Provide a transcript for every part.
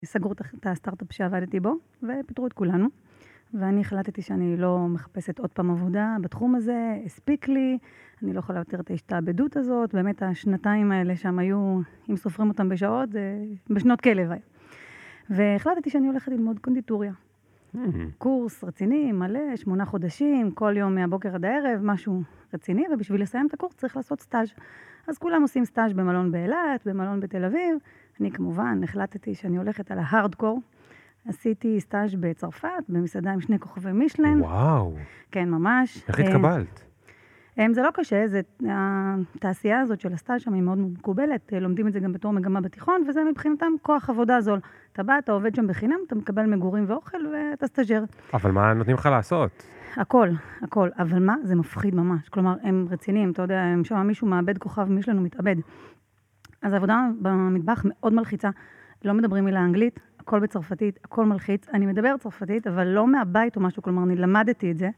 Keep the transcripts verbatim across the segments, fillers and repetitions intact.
סגרו את הסטארט-אפ שעבדתי בו, ופיטרו את כולנו. ואני החלטתי שאני לא מחפשת עוד פעם עבודה בתחום הזה, הספיק לי, אני לא יכולה יותר את ההשתעבדות הזאת, באמת השנתיים האלה שם היו, אם סופרים אותם בשעות, זה בשנות כלב. והחלטתי שאני הולכת ללמוד קונדיטוריה. Mm-hmm. קורס רציני, מלא, שמונה חודשים, כל יום מהבוקר עד הערב, משהו רציני, ובשביל לסיים את הקורס צריך לעשות סטאז'. אז כולם עושים סטאז' במלון באילת, במלון בתל אביב. אני כמובן החלטתי שאני הולכת על ההארדקור. עשיתי סטאז' בצרפת, במסעדה עם שני כוכבי מישלן. וואו. כן, ממש. איך התקבלת? זה לא קשה, זה, התעשייה הזאת של הסטאז' שם היא מאוד מקובלת, לומדים את זה גם בתור מגמה בתיכון, וזה מבחינתם כוח עבודה זול. אתה בא, אתה עובד שם בחינם, אתה מקבל מגורים ואוכל, ואתה סטאז'ר. אבל מה נותנים לך לעשות? הכל, הכל. אבל מה? זה מפחיד ממש. כלומר, הם רציניים, אתה יודע, הם שם מישהו מאבד כוכב, מישהו לנו מתאבד. אז העבודה במטבח מאוד מלחיצה. לא מדברים מילה אנגלית, הכל בצרפתית, הכל מלחיץ. אני מדבר צרפתית, אבל לא מהבית או משהו, כלומר, אני למדתי את זה.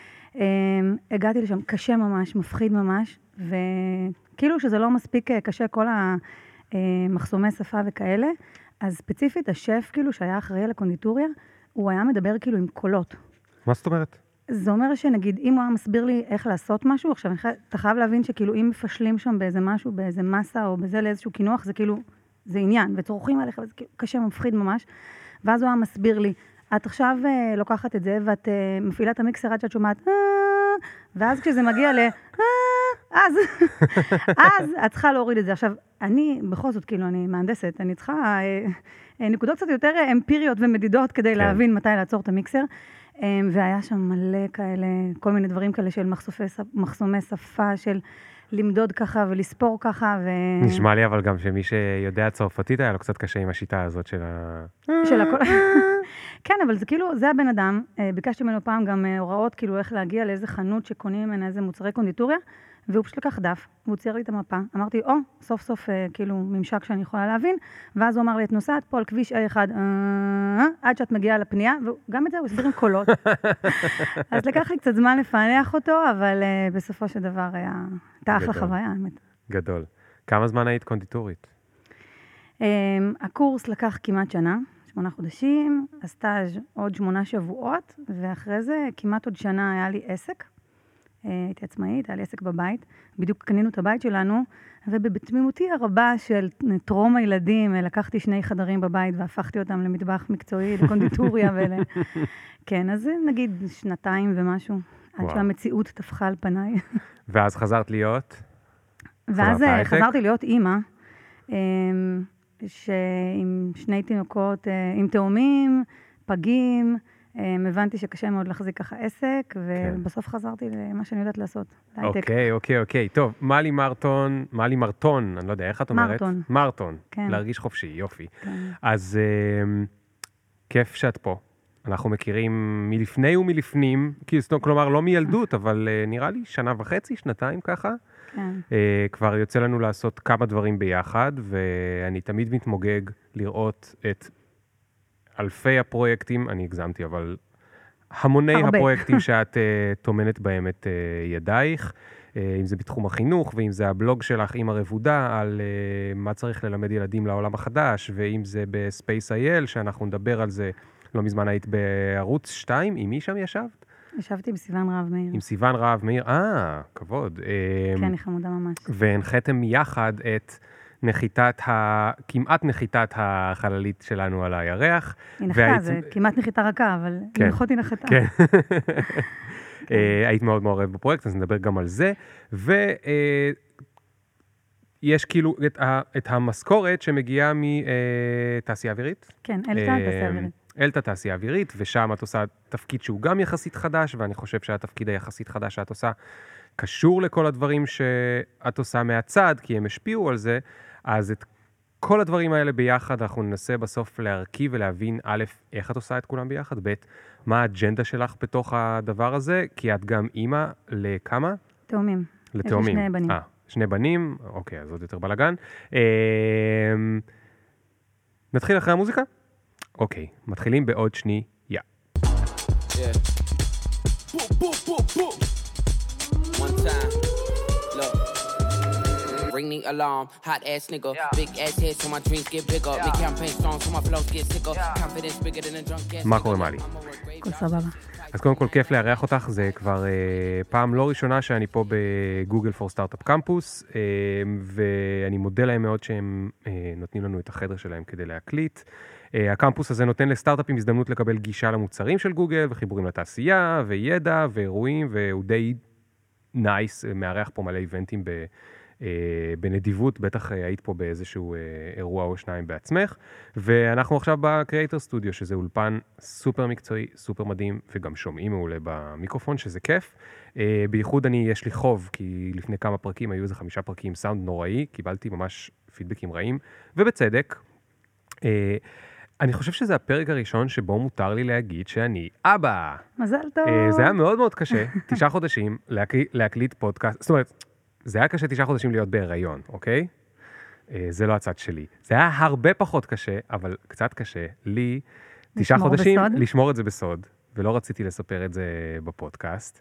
הגעתי לשם קשה ממש, מפחיד ממש, וכאילו שזה לא מספיק קשה כל המחסומי שפה וכאלה, אז ספציפית השף כאילו שהיה אחראי על הקונדיטוריה, הוא היה מדבר כאילו עם קולות. מה זאת אומרת? זה אומר שנגיד, אם הוא היה מסביר לי איך לעשות משהו, עכשיו אתה חייב להבין שכאילו אם מפשלים שם באיזה משהו, באיזה מסה או בזה לאיזשהו כינוח, זה כאילו, זה עניין, וצורכים עליך, וזה קשה, מפחיד ממש, ואז הוא היה מסביר לי, את עכשיו uh, לוקחת את זה, ואת uh, מפעילה את המיקסר עד שאת שומעת, ואז כשזה מגיע ל... אז, אז את צריכה להוריד את זה. עכשיו, אני, בכל זאת, כאילו, אני מהנדסת, אני צריכה uh, נקודות קצת יותר אמפיריות ומדידות כדי כן. להבין מתי לעצור את המיקסר, um, והיה שם מלא כאלה, כל מיני דברים כאלה של מחסומי שפה, של למדוד ככה ולספור ככה. ו... נשמע לי אבל גם שמי שיודע צרפתית היה לו קצת קשה עם השיטה הזאת של ה... של הכל... כן, אבל זה כאילו, זה הבן אדם, ביקשתי ממנו פעם גם הוראות, כאילו איך להגיע לאיזה חנות שקונים ממנה איזה מוצרי קונדיטוריה, והוא פשוט לקח דף, והוא צייר לי את המפה. אמרתי, או, סוף סוף, כאילו, ממשק שאני יכולה להבין, ואז הוא אמר לי, את נוסעת פה על כביש איי אחד, עד שאת מגיעה לפנייה, וגם את זה הוא הסביר עם קולות. אז לקח לי קצת זמן לפענח אותו, אבל בסופו של דבר היה, הייתה אחלה חוויה, האמת. גדול. כמה זמן היית קונדיטורית? הקורס לקח כמעט שנה. שמונה חודשים, הסטאז' עוד שמונה שבועות, ואחרי זה כמעט עוד שנה היה לי עסק. הייתי עצמאית, היה לי עסק בבית. בדיוק קנינו את הבית שלנו, ובתמימותי הרבה של טרום הילדים, לקחתי שני חדרים בבית והפכתי אותם למטבח מקצועי, לקונדיטוריה ול... כן, אז נגיד שנתיים ומשהו, עד שהמציאות תפחה על פניי. ואז חזרת להיות? ואז חזרתי להיות אימא. שעם שני תינוקות, עם תאומים, פגים, הבנתי שקשה מאוד להחזיק ככה עסק, ובסוף חזרתי למה שאני יודעת לעשות, להייטק. אוקיי, אוקיי, אוקיי. טוב, מלי מרטון, מלי מרטון, אני לא יודע, איך את אומרת? מרטון. מרטון, כן. להרגיש חופשי, יופי. כן. אז כיף שאת פה. אנחנו מכירים מלפני ומלפנים, כלומר לא מילדות, אבל נראה לי שנה וחצי, שנתיים ככה. כן. Uh, כבר יוצא לנו לעשות כמה דברים ביחד, ואני תמיד מתמוגג לראות את אלפי הפרויקטים, אני הגזמתי, אבל המוני הרבה. הפרויקטים שאת uh, תומנת בהם את uh, ידייך, uh, אם זה בתחום החינוך, ואם זה הבלוג שלך עם הרבודה, על uh, מה צריך ללמד ילדים לעולם החדש, ואם זה בספייס אייל, שאנחנו נדבר על זה, לא מזמן היית בערוץ שתיים, עם מי שם ישבת? ישבתי עם סיוון רהב מאיר. עם סיוון רהב מאיר, אה, כבוד. כן, היא חמודה ממש. והנחתם יחד את נחיתת, ה... כמעט נחיתת החללית שלנו על הירח. היא נחתה, זה כמעט נחיתה רכה, אבל נחות היא נחתה. כן. היית מאוד מעורב בפרויקט, אז נדבר גם על זה. ויש כאילו את המשכורת שמגיעה מתעשייה אווירית. כן, אלתה תעשייה אווירית. אלתה תעשייה אווירית, ושם את עושה תפקיד שהוא גם יחסית חדש, ואני חושב שהתפקיד היחסית חדש שאת עושה קשור לכל הדברים שאת עושה מהצד, כי הם השפיעו על זה, אז את כל הדברים האלה ביחד, אנחנו ננסה בסוף להרכיב ולהבין, א', איך את עושה את כולם ביחד, ב', מה האג'נדה שלך בתוך הדבר הזה, כי את גם אימא לכמה? תאומים. לתאומים. יש לי שני בנים. אה, שני בנים, אוקיי, אז עוד יותר בלגן. אה, נתחיל אחרי המוזיקה? אוקיי, מתחילים בעוד שנייה. Yeah. Boop, boop, boop, boop. One time. Look. ring the alarm, hot ass nigga. Big ass head so my dreams get bigger. Make campaign strong so my flows get sicker. Confidence bigger than a drunk gas. מה קורה, מאלי? הכל סבבה. אז קודם כל כיף לארח אותך, זה כבר אה, פעם לא ראשונה שאני פה בגוגל פור סטארט-אפ קמפוס, אה, ואני מודה להם מאוד שהם אה, נותנים לנו את החדר שלהם כדי להקליט. אה, הקמפוס הזה נותן לסטארט-אפים הזדמנות לקבל גישה למוצרים של גוגל, וחיבורים לתעשייה, וידע, ואירועים, והוא די נייס, מארח פה מלא איבנטים ב... בנדיבות, בטח היית פה באיזשהו אירוע או שניים בעצמך, ואנחנו עכשיו בקריאייטר סטודיו, שזה אולפן סופר מקצועי, סופר מדהים, וגם שומעים מעולה במיקרופון, שזה כיף. בייחוד אני, יש לי חוב, כי לפני כמה פרקים, היו איזה חמישה פרקים, סאונד נוראי, קיבלתי ממש פידבקים רעים, ובצדק. אני חושב שזה הפרק הראשון שבו מותר לי להגיד שאני אבא. מזל טוב. זה היה מאוד מאוד קשה, תשעה חודשים, להקליט פודקאסט, זאת אומרת, זה היה קשה תשעה חודשים להיות בהיריון, אוקיי? זה לא הצד שלי. זה היה הרבה פחות קשה, אבל קצת קשה לי, תשעה חודשים, בסוד? לשמור את זה בסוד, ולא רציתי לספר את זה בפודקאסט.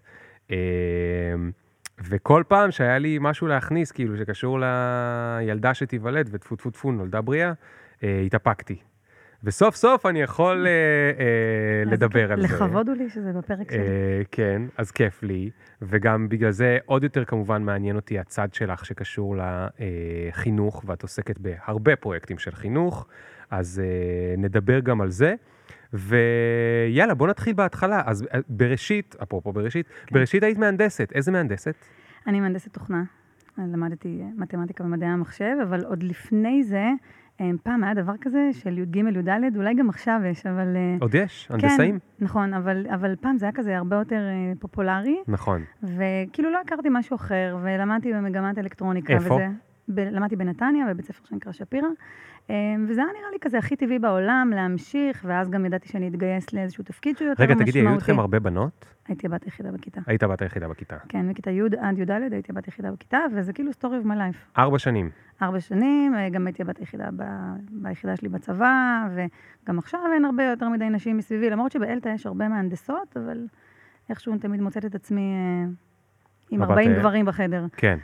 וכל פעם שהיה לי משהו להכניס, כאילו שקשור לילדה שתיוולד, וטפו טפו טפו נולדה בריאה, התאפקתי. וסוף סוף אני יכול לדבר על זה. לכבוד הוא לי שזה בפרק שלי. כן, אז כיף לי, וגם בגלל זה עוד יותר כמובן מעניין אותי הצד שלך שקשור לחינוך, ואת עוסקת בהרבה פרויקטים של חינוך, אז נדבר גם על זה, ויאללה, בוא נתחיל בהתחלה. אז בראשית, אפרופו בראשית, בראשית היית מהנדסת, איזה מהנדסת? אני מהנדסת תוכנה, למדתי מתמטיקה ומדעי המחשב, אבל עוד לפני זה, פעם היה דבר כזה של י' ג' י' ד', אולי גם עכשיו יש, אבל... עוד יש, הנדסאים. כן, נכון, אבל, אבל פעם זה היה כזה הרבה יותר פופולרי. נכון. וכאילו לא הכרתי משהו אחר, ולמדתי במגמת אלקטרוניקה. איפה? וזה, ב, למדתי בנתניה, בבית ספר שנקרא שפירא, וזה היה נראה לי כזה הכי טבעי בעולם, להמשיך, ואז גם ידעתי שאני אתגייס לאיזשהו תפקיד שהוא יותר רגע, משמעותי. תגידי, היו אתכם הרבה בנות? הייתי הבת היחידה בכיתה. היית הבת היחידה בכיתה. כן, מכיתה י' עד י' ד' הייתי הבת היחידה בכיתה, וזה כאילו story of my life. ארבע שנים. ארבע שנים, גם הייתי הבת היחידה ב, ביחידה שלי בצבא, וגם עכשיו אין הרבה יותר מדי נשים מסביבי, למרות שבאלטה יש הרבה מהנדסות, אבל איכשהו אני תמיד מוצאת את עצמי עם ארבעים גברים בחדר. כן.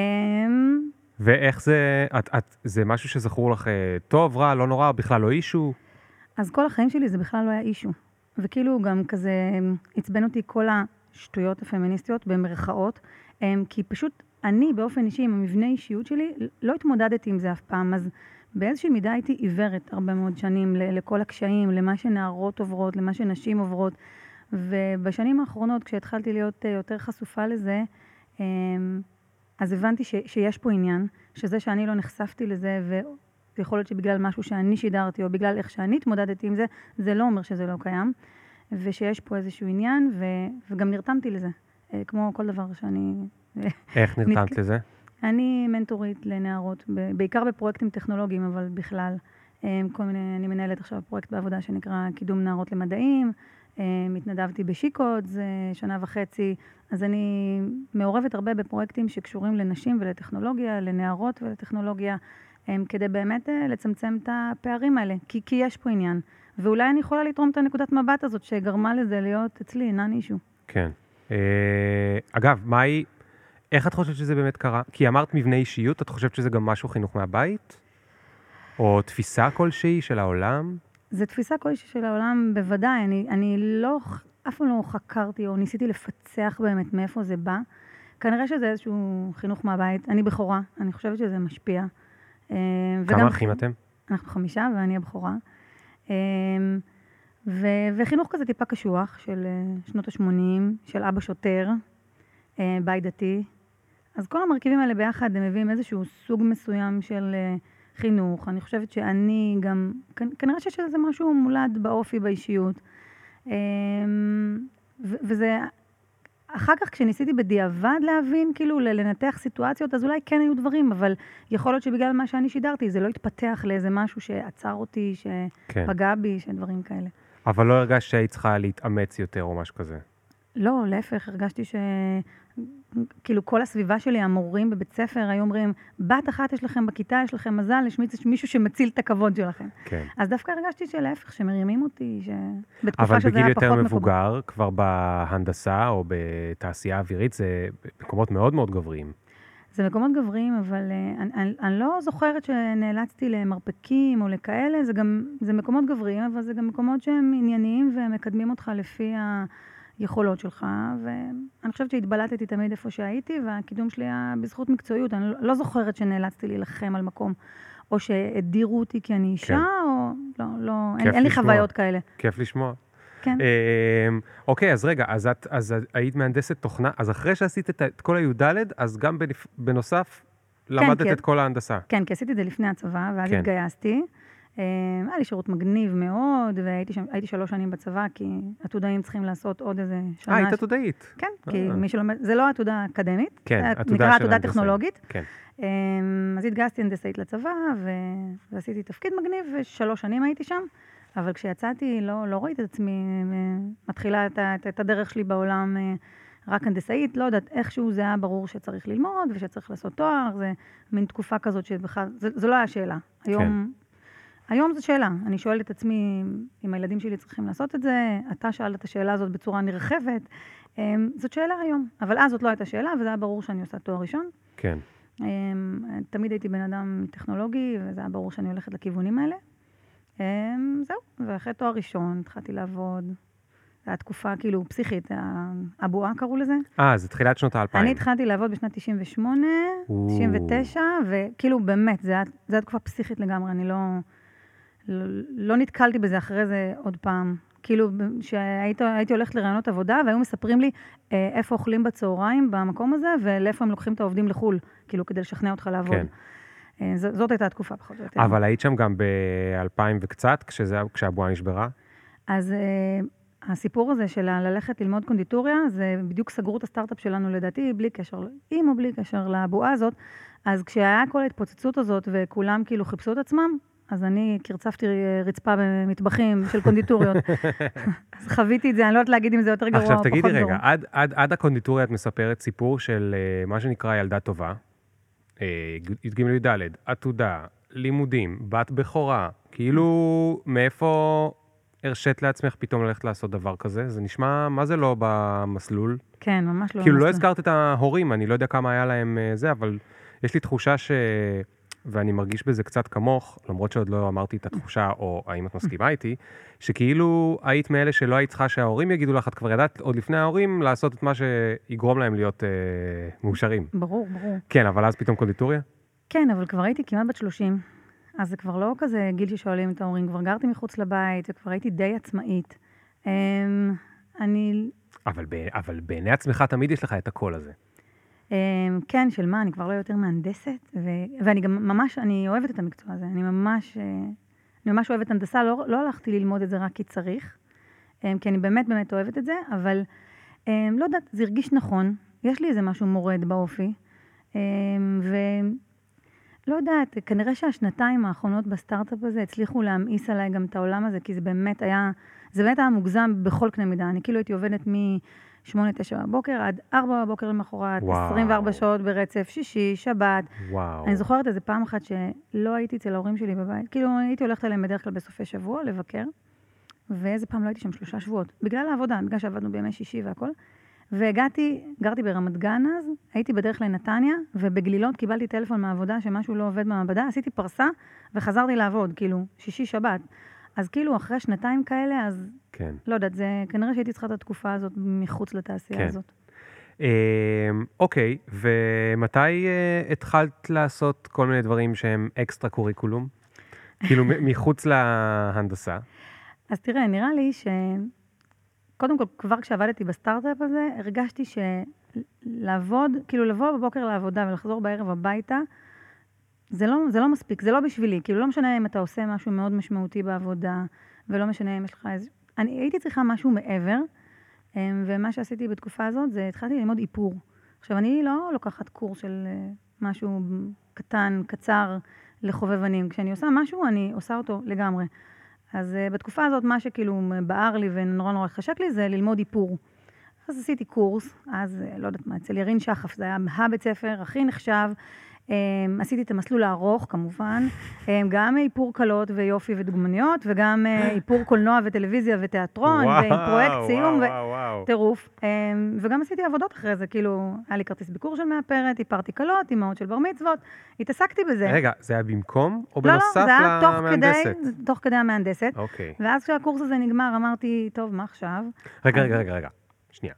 ואיך זה, את, את, זה משהו שזכור לך טוב, רע, לא נורא, בכלל לא אישו? אז כל החיים שלי זה בכלל לא היה אישו. וכאילו גם כזה עצבן אותי כל השטויות הפמיניסטיות במרכאות, כי פשוט אני באופן אישי עם המבנה אישיות שלי לא התמודדתי עם זה אף פעם, אז באיזושהי מידה הייתי עיוורת הרבה מאוד שנים לכל הקשיים, למה שנערות עוברות, למה שנשים עוברות, ובשנים האחרונות כשהתחלתי להיות יותר חשופה לזה, אז הבנתי ש, שיש פה עניין, שזה שאני לא נחשפתי לזה, ויכול להיות שבגלל משהו שאני שידרתי, או בגלל איך שאני התמודדתי עם זה, זה לא אומר שזה לא קיים, ושיש פה איזשהו עניין, ו, וגם נרתמתי לזה, כמו כל דבר שאני... איך נרתמת נת... לזה? אני מנטורית לנערות, בעיקר בפרויקטים טכנולוגיים, אבל בכלל, כל מיני, אני מנהלת עכשיו פרויקט בעבודה שנקרא קידום נערות למדעים, מתנדבתי בשיקוד, זה שנה וחצי, אז אני מעורבת הרבה בפרויקטים שקשורים לנשים ולטכנולוגיה, לנערות ולטכנולוגיה, כדי באמת לצמצם את הפערים האלה, כי, כי יש פה עניין. ואולי אני יכולה לתרום את הנקודת מבט הזאת שגרמה לזה להיות אצלי, נן אישו. כן. אגב, מה היא, איך את חושבת שזה באמת קרה? כי אמרת מבנה אישיות, את חושבת שזה גם משהו חינוך מהבית? או תפיסה כלשהי של העולם? זה תפיסה כלשהי של העולם, בוודאי. אני, אני לא, אף פעם לא חקרתי או ניסיתי לפצח באמת מאיפה זה בא. כנראה שזה איזשהו חינוך מהבית. אני בחורה, אני חושבת שזה משפיע. כמה אחים אתם? אנחנו חמישה ואני הבחורה. ו, וחינוך כזה טיפה קשוח של שנות ה-שמונים, של אבא שוטר, בית דתי. אז כל המרכיבים האלה ביחד הם מביאים איזשהו סוג מסוים של חינוך. אני חושבת שאני גם, כנראה שיש איזה משהו מולד באופי, באישיות. וזה, אחר כך כשניסיתי בדיעבד להבין, כאילו לנתח סיטואציות, אז אולי כן היו דברים, אבל יכול להיות שבגלל מה שאני שידרתי, זה לא התפתח לאיזה משהו שעצר אותי, שפגע בי, שדברים כאלה. אבל לא הרגשת שהיית צריכה להתאמץ יותר או משהו כזה? לא, להפך, הרגשתי ש... כאילו כל הסביבה שלי, המורים בבית ספר, היו אומרים, בת אחת יש לכם בכיתה, יש לכם מזל, יש מישהו שמציל את הכבוד שלכם. כן. אז דווקא הרגשתי שלהפך, שמרימים אותי, שבתקופה שזה היה פחות אבל בגיל יותר מבוגר, כבר בהנדסה או בתעשייה אווירית, זה מקומות מאוד מאוד גבריים. זה מקומות גבריים, אבל uh, אני, אני, אני לא זוכרת שנאלצתי למרפקים או לכאלה, זה גם, זה מקומות גבריים, אבל זה גם מקומות שהם ענייניים ומקדמים אותך לפי היכולות שלך, ואני חושבת שהתבלטתי תמיד איפה שהייתי, והקידום שלי היה בזכות מקצועיות, אני לא, לא זוכרת שנאלצתי להילחם על מקום, או שהדירו אותי כי אני אישה, כן. או לא, לא, אין, אין לי חוויות כאלה. כיף לשמוע. כן. אוקיי, אז רגע, אז, את, אז היית מהנדסת תוכנה, אז אחרי שעשית את, את כל הי"ד, אז גם בנפ, בנוסף למדת כן, את כל ההנדסה. כן, כי עשיתי את זה לפני הצבא, ואז כן. התגייסתי. היה לי שירות מגניב מאוד, והייתי שם, הייתי שלוש שנים בצבא, כי עתודאים צריכים לעשות עוד איזה שנה. אה, היית עתודאית. כן, כי מי שלומד, זה לא עתודה אקדמית, כן, נקרא עתודה טכנולוגית. כן. אז התגייסתי הנדסאית לצבא, ועשיתי תפקיד מגניב, ושלוש שנים הייתי שם. אבל כשיצאתי, לא, לא ראיתי את עצמי, מתחילה את, את, את הדרך שלי בעולם רק הנדסאית, לא יודעת, איכשהו זה היה ברור שצריך ללמוד, ושצריך לעשות תואר, זה מין תקופה כזאת שבכלל, זה, זה לא היה שאלה. היום, כן. היום זו שאלה. אני שואלת את עצמי, אם הילדים שלי צריכים לעשות את זה, אתה שאלת את השאלה הזאת בצורה נרחבת, זאת שאלה היום. אבל אז זאת לא הייתה שאלה, וזה היה ברור שאני עושה תואר ראשון. כן. תמיד הייתי בן אדם טכנולוגי, וזה היה ברור שאני הולכת לכיוונים האלה. זהו, ואחרי תואר ראשון התחלתי לעבוד, זו הייתה תקופה כאילו פסיכית, הבועה קראו לזה. אה, זה תחילת שנות האלפיים. אני התחלתי לעבוד בשנת תשעים ושמונה, תשעים ותשע, וכאילו באמת, זו הייתה תקופה פסיכית לגמרי, אני לא, לא נתקלתי בזה אחרי זה עוד פעם. כאילו, שהייתי הולכת לרעיונות עבודה, והיו מספרים לי איפה אוכלים בצהריים במקום הזה, ולאיפה הם לוקחים את העובדים לחול, כאילו כדי לשכנע אותך לעבוד. כן. זאת הייתה התקופה פחות או יותר. אבל היית שם גם ב-אלפיים וקצת, כשהבועה נשברה? אז הסיפור הזה של ללכת ללמוד קונדיטוריה, זה בדיוק סגרו את הסטארט-אפ שלנו לדעתי, בלי קשר לאם או בלי קשר לבועה הזאת, אז כשהיה כל ההתפוצצות הזאת, וכולם כאילו חיפשו את עצמם, אז אני קרצפתי רצפה במטבחים של קונדיטוריות. אז חוויתי את זה, אני לא יודעת להגיד אם זה יותר גרוע או פחות גרוע. עכשיו תגידי רגע, עד, עד, עד הקונדיטוריה את מספרת סיפור של מה שנקרא ילדה טובה, י"ג י"ד, עתודה, לימודים, בת בכורה, כאילו מאיפה הרשית לעצמך פתאום ללכת לעשות דבר כזה? זה נשמע, מה זה לא במסלול? כן, ממש לא. כאילו לא הזכרת את ההורים, אני לא יודע כמה היה להם זה, אבל יש לי תחושה ש... ואני מרגיש בזה קצת כמוך, למרות שעוד לא אמרתי את התחושה, או האם את מסכימה איתי, שכאילו היית מאלה שלא היית צריכה שההורים יגידו לך, את כבר ידעת עוד לפני ההורים לעשות את מה שיגרום להם להיות אה, מאושרים. ברור, ברור. כן, אבל אז פתאום קונדיטוריה? כן, אבל כבר הייתי כמעט בת שלושים, אז זה כבר לא כזה גיל ששואלים את ההורים, כבר גרתי מחוץ לבית, וכבר הייתי די עצמאית. אה, אני... אבל, ב... אבל בעיני עצמך תמיד יש לך את הקול הזה. כן, של מה, אני כבר לא יותר מהנדסת, ו... ואני גם ממש, אני אוהבת את המקצוע הזה, אני ממש, אני ממש אוהבת הנדסה, לא, לא הלכתי ללמוד את זה רק כי צריך, כי אני באמת באמת אוהבת את זה, אבל לא יודעת, זה הרגיש נכון, יש לי איזה משהו מורד באופי, ולא יודעת, כנראה שהשנתיים האחרונות בסטארט-אפ הזה הצליחו להמאיס עליי גם את העולם הזה, כי זה באמת היה, זה באמת היה מוגזם בכל קנה מידה, אני כאילו הייתי עובדת מ... שמונה, תשע בבוקר, עד ארבע בבוקר למחרת, עשרים וארבע שעות ברצף, שישי, שבת. וואו. אני זוכרת איזה פעם אחת שלא הייתי אצל ההורים שלי בבית, כאילו הייתי הולכת אליהם בדרך כלל בסופי שבוע לבקר, ואיזה פעם לא הייתי שם שלושה שבועות, בגלל העבודה, בגלל שעבדנו בימי שישי והכל, והגעתי, גרתי ברמת גן אז, הייתי בדרך לנתניה, ובגלילות קיבלתי טלפון מהעבודה שמשהו לא עובד במעבדה, עשיתי פרסה וחזרתי לעבוד, כאילו, שישי, שבת. אז כאילו, אחרי שנתיים כאלה, אז כן. לא יודעת, זה כנראה שהייתי צריכה את התקופה הזאת מחוץ לתעשייה כן. הזאת. אוקיי, ומתי התחלת לעשות כל מיני דברים שהם אקסטרה קוריקולום? כאילו, מחוץ להנדסה? אז תראה, נראה לי ש... קודם כל, כבר כשעבדתי בסטארט-אפ הזה, הרגשתי שלעבוד, כאילו לבוא בבוקר לעבודה ולחזור בערב הביתה, זה לא, זה לא מספיק, זה לא בשבילי, כאילו לא משנה אם אתה עושה משהו מאוד משמעותי בעבודה, ולא משנה אם יש לך איזה... אני הייתי צריכה משהו מעבר, ומה שעשיתי בתקופה הזאת, זה התחלתי ללמוד איפור. עכשיו, אני לא לוקחת קורס של משהו קטן, קצר, לחובבנים. כשאני עושה משהו, אני עושה אותו לגמרי. אז בתקופה הזאת, מה שכאילו בער לי ונורא נורא חשק לי, זה ללמוד איפור. אז עשיתי קורס, אז לא יודעת מה, אצל ירין שחף, זה היה הבית ספר הכי נחשב, עשיתי את המסלול הארוך, כמובן, גם איפור קלות ויופי ודוגמניות, וגם איפור קולנוע וטלוויזיה ותיאטרון, ועם פרויקט סיום וטירוף. וגם עשיתי עבודות אחרי זה, כאילו, היה לי כרטיס ביקור של מאפרת, איפרתי קלות, אימהות של בר מצוות, התעסקתי בזה. רגע, זה היה במקום או בנוסף למהנדסת? לא, לא, זה היה תוך כדי המהנדסת. אוקיי. ואז כשהקורס הזה נגמר, אמרתי, טוב, מה עכשיו? רגע, רגע, רגע, רגע, שנייה.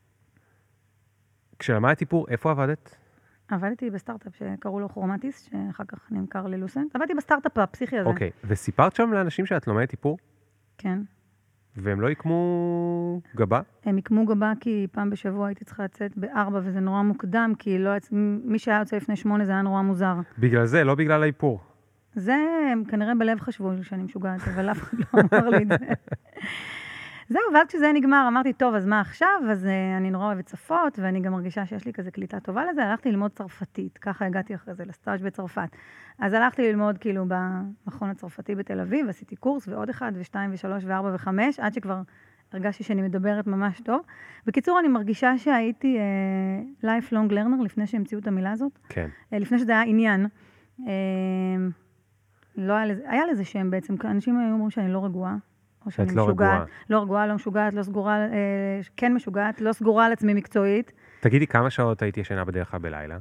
כשלמדת איפור, איפה עבדת? עבדתי בסטארט-אפ שקראו לו כרומטיס, שאחר כך נמכר ללוסנט. עבדתי בסטארט-אפ הפסיכי הזה. אוקיי, וסיפרת שם לאנשים שאת לומדת איפור? כן. והם לא יקמו גבה? הם יקמו גבה כי פעם בשבוע הייתי צריכה לצאת בארבע, וזה נורא מוקדם, כי לא, מי שהיה יוצא לפני שמונה זה היה נורא מוזר. בגלל זה, לא בגלל האיפור. זה, הם כנראה בלב חשבו שאני משוגעת, אבל אף אחד לא אמר לי את זה. זהו, ואז כשזה נגמר, אמרתי, טוב, אז מה עכשיו? אז uh, אני נורא אוהבת שפות, ואני גם מרגישה שיש לי כזה קליטה טובה לזה, הלכתי ללמוד צרפתית, ככה הגעתי אחרי זה לסטאז' בצרפת. אז הלכתי ללמוד כאילו במכון הצרפתי בתל אביב, עשיתי קורס ועוד אחד ושתיים ושלוש וארבע וחמש, עד שכבר הרגשתי שאני מדברת ממש טוב. בקיצור, אני מרגישה שהייתי uh, lifelong learner לפני שהמציאו את המילה הזאת. כן. Uh, לפני שזה היה עניין. Uh, לא היה לזה, היה לזה שם בעצם, אנשים היו אומרים שאני לא רגועה. או שאני לא משוגעת, רגועה. לא רגועה, לא משוגעת, לא סגורה, אה, כן משוגעת, לא סגורה על עצמי מקצועית. תגידי, כמה שעות הייתי ישנה בדרך כלל בלילה?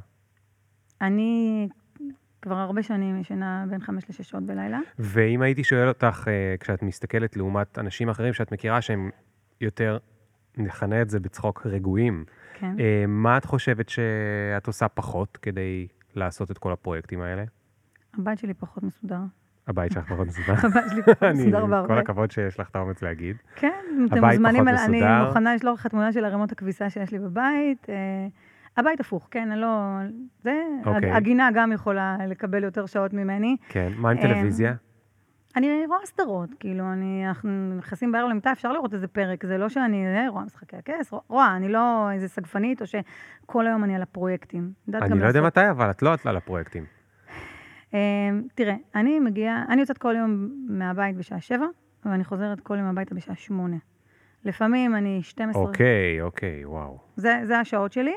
אני כבר הרבה שנים ישנה בין חמש לשש שעות בלילה. ואם הייתי שואל אותך, אה, כשאת מסתכלת לעומת אנשים אחרים שאת מכירה שהם יותר, נכנה את זה בצחוק, רגועים, כן. אה, מה את חושבת שאת עושה פחות כדי לעשות את כל הפרויקטים האלה? הבית שלי פחות מסודר. הבית שלך פחות מסודר. הבית שלי פחות מסודר בהרבה. כל הכבוד שיש לך את האומץ להגיד. כן, אתם הבית מוזמנים, פחות אני מסודר. מוכנה לשלוח לך תמונה של ערימות הכביסה שיש לי בבית. הבית הפוך, כן, אני לא... זה, אוקיי. הגינה גם יכולה לקבל יותר שעות ממני. כן, מה עם טלוויזיה? אני רואה סדרות, כאילו, אני, אנחנו נכנסים בערב למיטה, אפשר לראות איזה פרק, זה לא שאני רואה משחקי הכס, רואה, אני לא איזה סגפנית, או שכל היום אני על הפרויקטים. אני לא יודע מתי, אבל את לא על הפרויקטים. תראה, אני מגיעה, אני יוצאת כל יום מהבית בשעה שבע, ואני חוזרת כל יום הביתה בשעה שמונה. לפעמים אני שתים עשרה... אוקיי, אוקיי, וואו. זה, זה השעות שלי.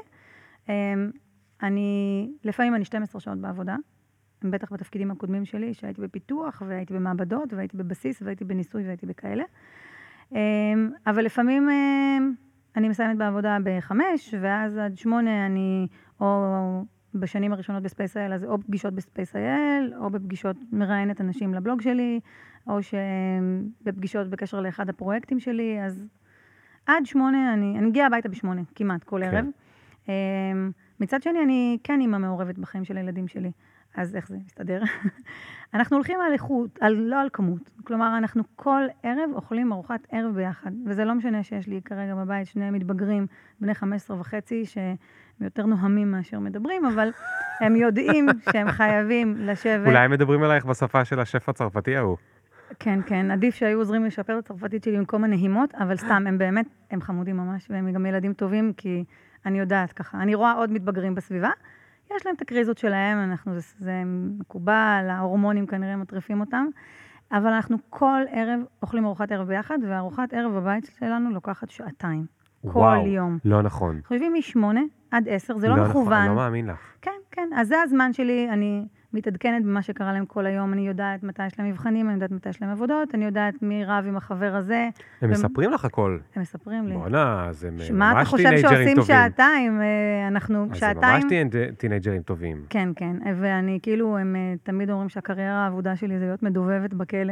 אני, לפעמים אני שתים עשרה שעות בעבודה, בטח בתפקידים הקודמים שלי, שהייתי בפיתוח, והייתי במעבדות, והייתי בבסיס, והייתי בניסוי, והייתי בכאלה. אבל לפעמים אני מסיימת בעבודה בחמש, ואז עד שמונה אני, או בשנים הראשונות בספייס אייל, אז או בפגישות בספייס אייל, או בפגישות מראיינת אנשים לבלוג שלי, או שבפגישות בקשר לאחד הפרויקטים שלי, אז עד שמונה, אני, אני מגיעה הביתה בשמונה, כמעט, כל ערב. כן. מצד שני, אני כן אימא מעורבת בחיים של הילדים שלי. אז איך זה מסתדר? אנחנו הולכים על איכות, על, לא על כמות. כלומר, אנחנו כל ערב אוכלים ארוחת ערב ביחד. וזה לא משנה שיש לי כרגע בבית שני מתבגרים, בני חמש עשרה וחצי, שהם יותר נוהמים מאשר מדברים, אבל הם יודעים שהם חייבים לשבת. אולי הם מדברים עלייך בשפה של השף הצרפתי ההוא. כן, כן. עדיף שהיו עוזרים לשפר את הצרפתית שלי במקום הנהימות, אבל סתם, הם באמת, הם חמודים ממש, והם גם ילדים טובים, כי אני יודעת ככה. אני רואה עוד מתבגרים בסביבה, יש להם את הקריזות שלהם, אנחנו, זה, זה מקובל, ההורמונים כנראה מטריפים אותם, אבל אנחנו כל ערב אוכלים ארוחת ערב ביחד, וארוחת ערב בבית שלנו לוקחת שעתיים. וואו, כל יום. לא נכון. אנחנו יושבים משמונה עד עשר, זה לא, לא לא מכוון. נכון, אני לא מאמין לך. כן, כן, אז זה הזמן שלי, אני מתעדכנת במה שקרה להם כל היום, אני יודעת מתי יש להם מבחנים, אני יודעת מתי יש להם עבודות, אני יודעת מי רב עם החבר הזה. הם מספרים לך הכל. הם מספרים לי. בוא'נה, אז הם ממש טינג'רים טובים. מה אתה חושב שעושים שעתיים? אנחנו שעתיים... אז הם ממש טינג'רים טובים. כן, כן, ואני כאילו, הם תמיד אומרים שהקריירה העבודה שלי זה להיות מדובבת בכלא.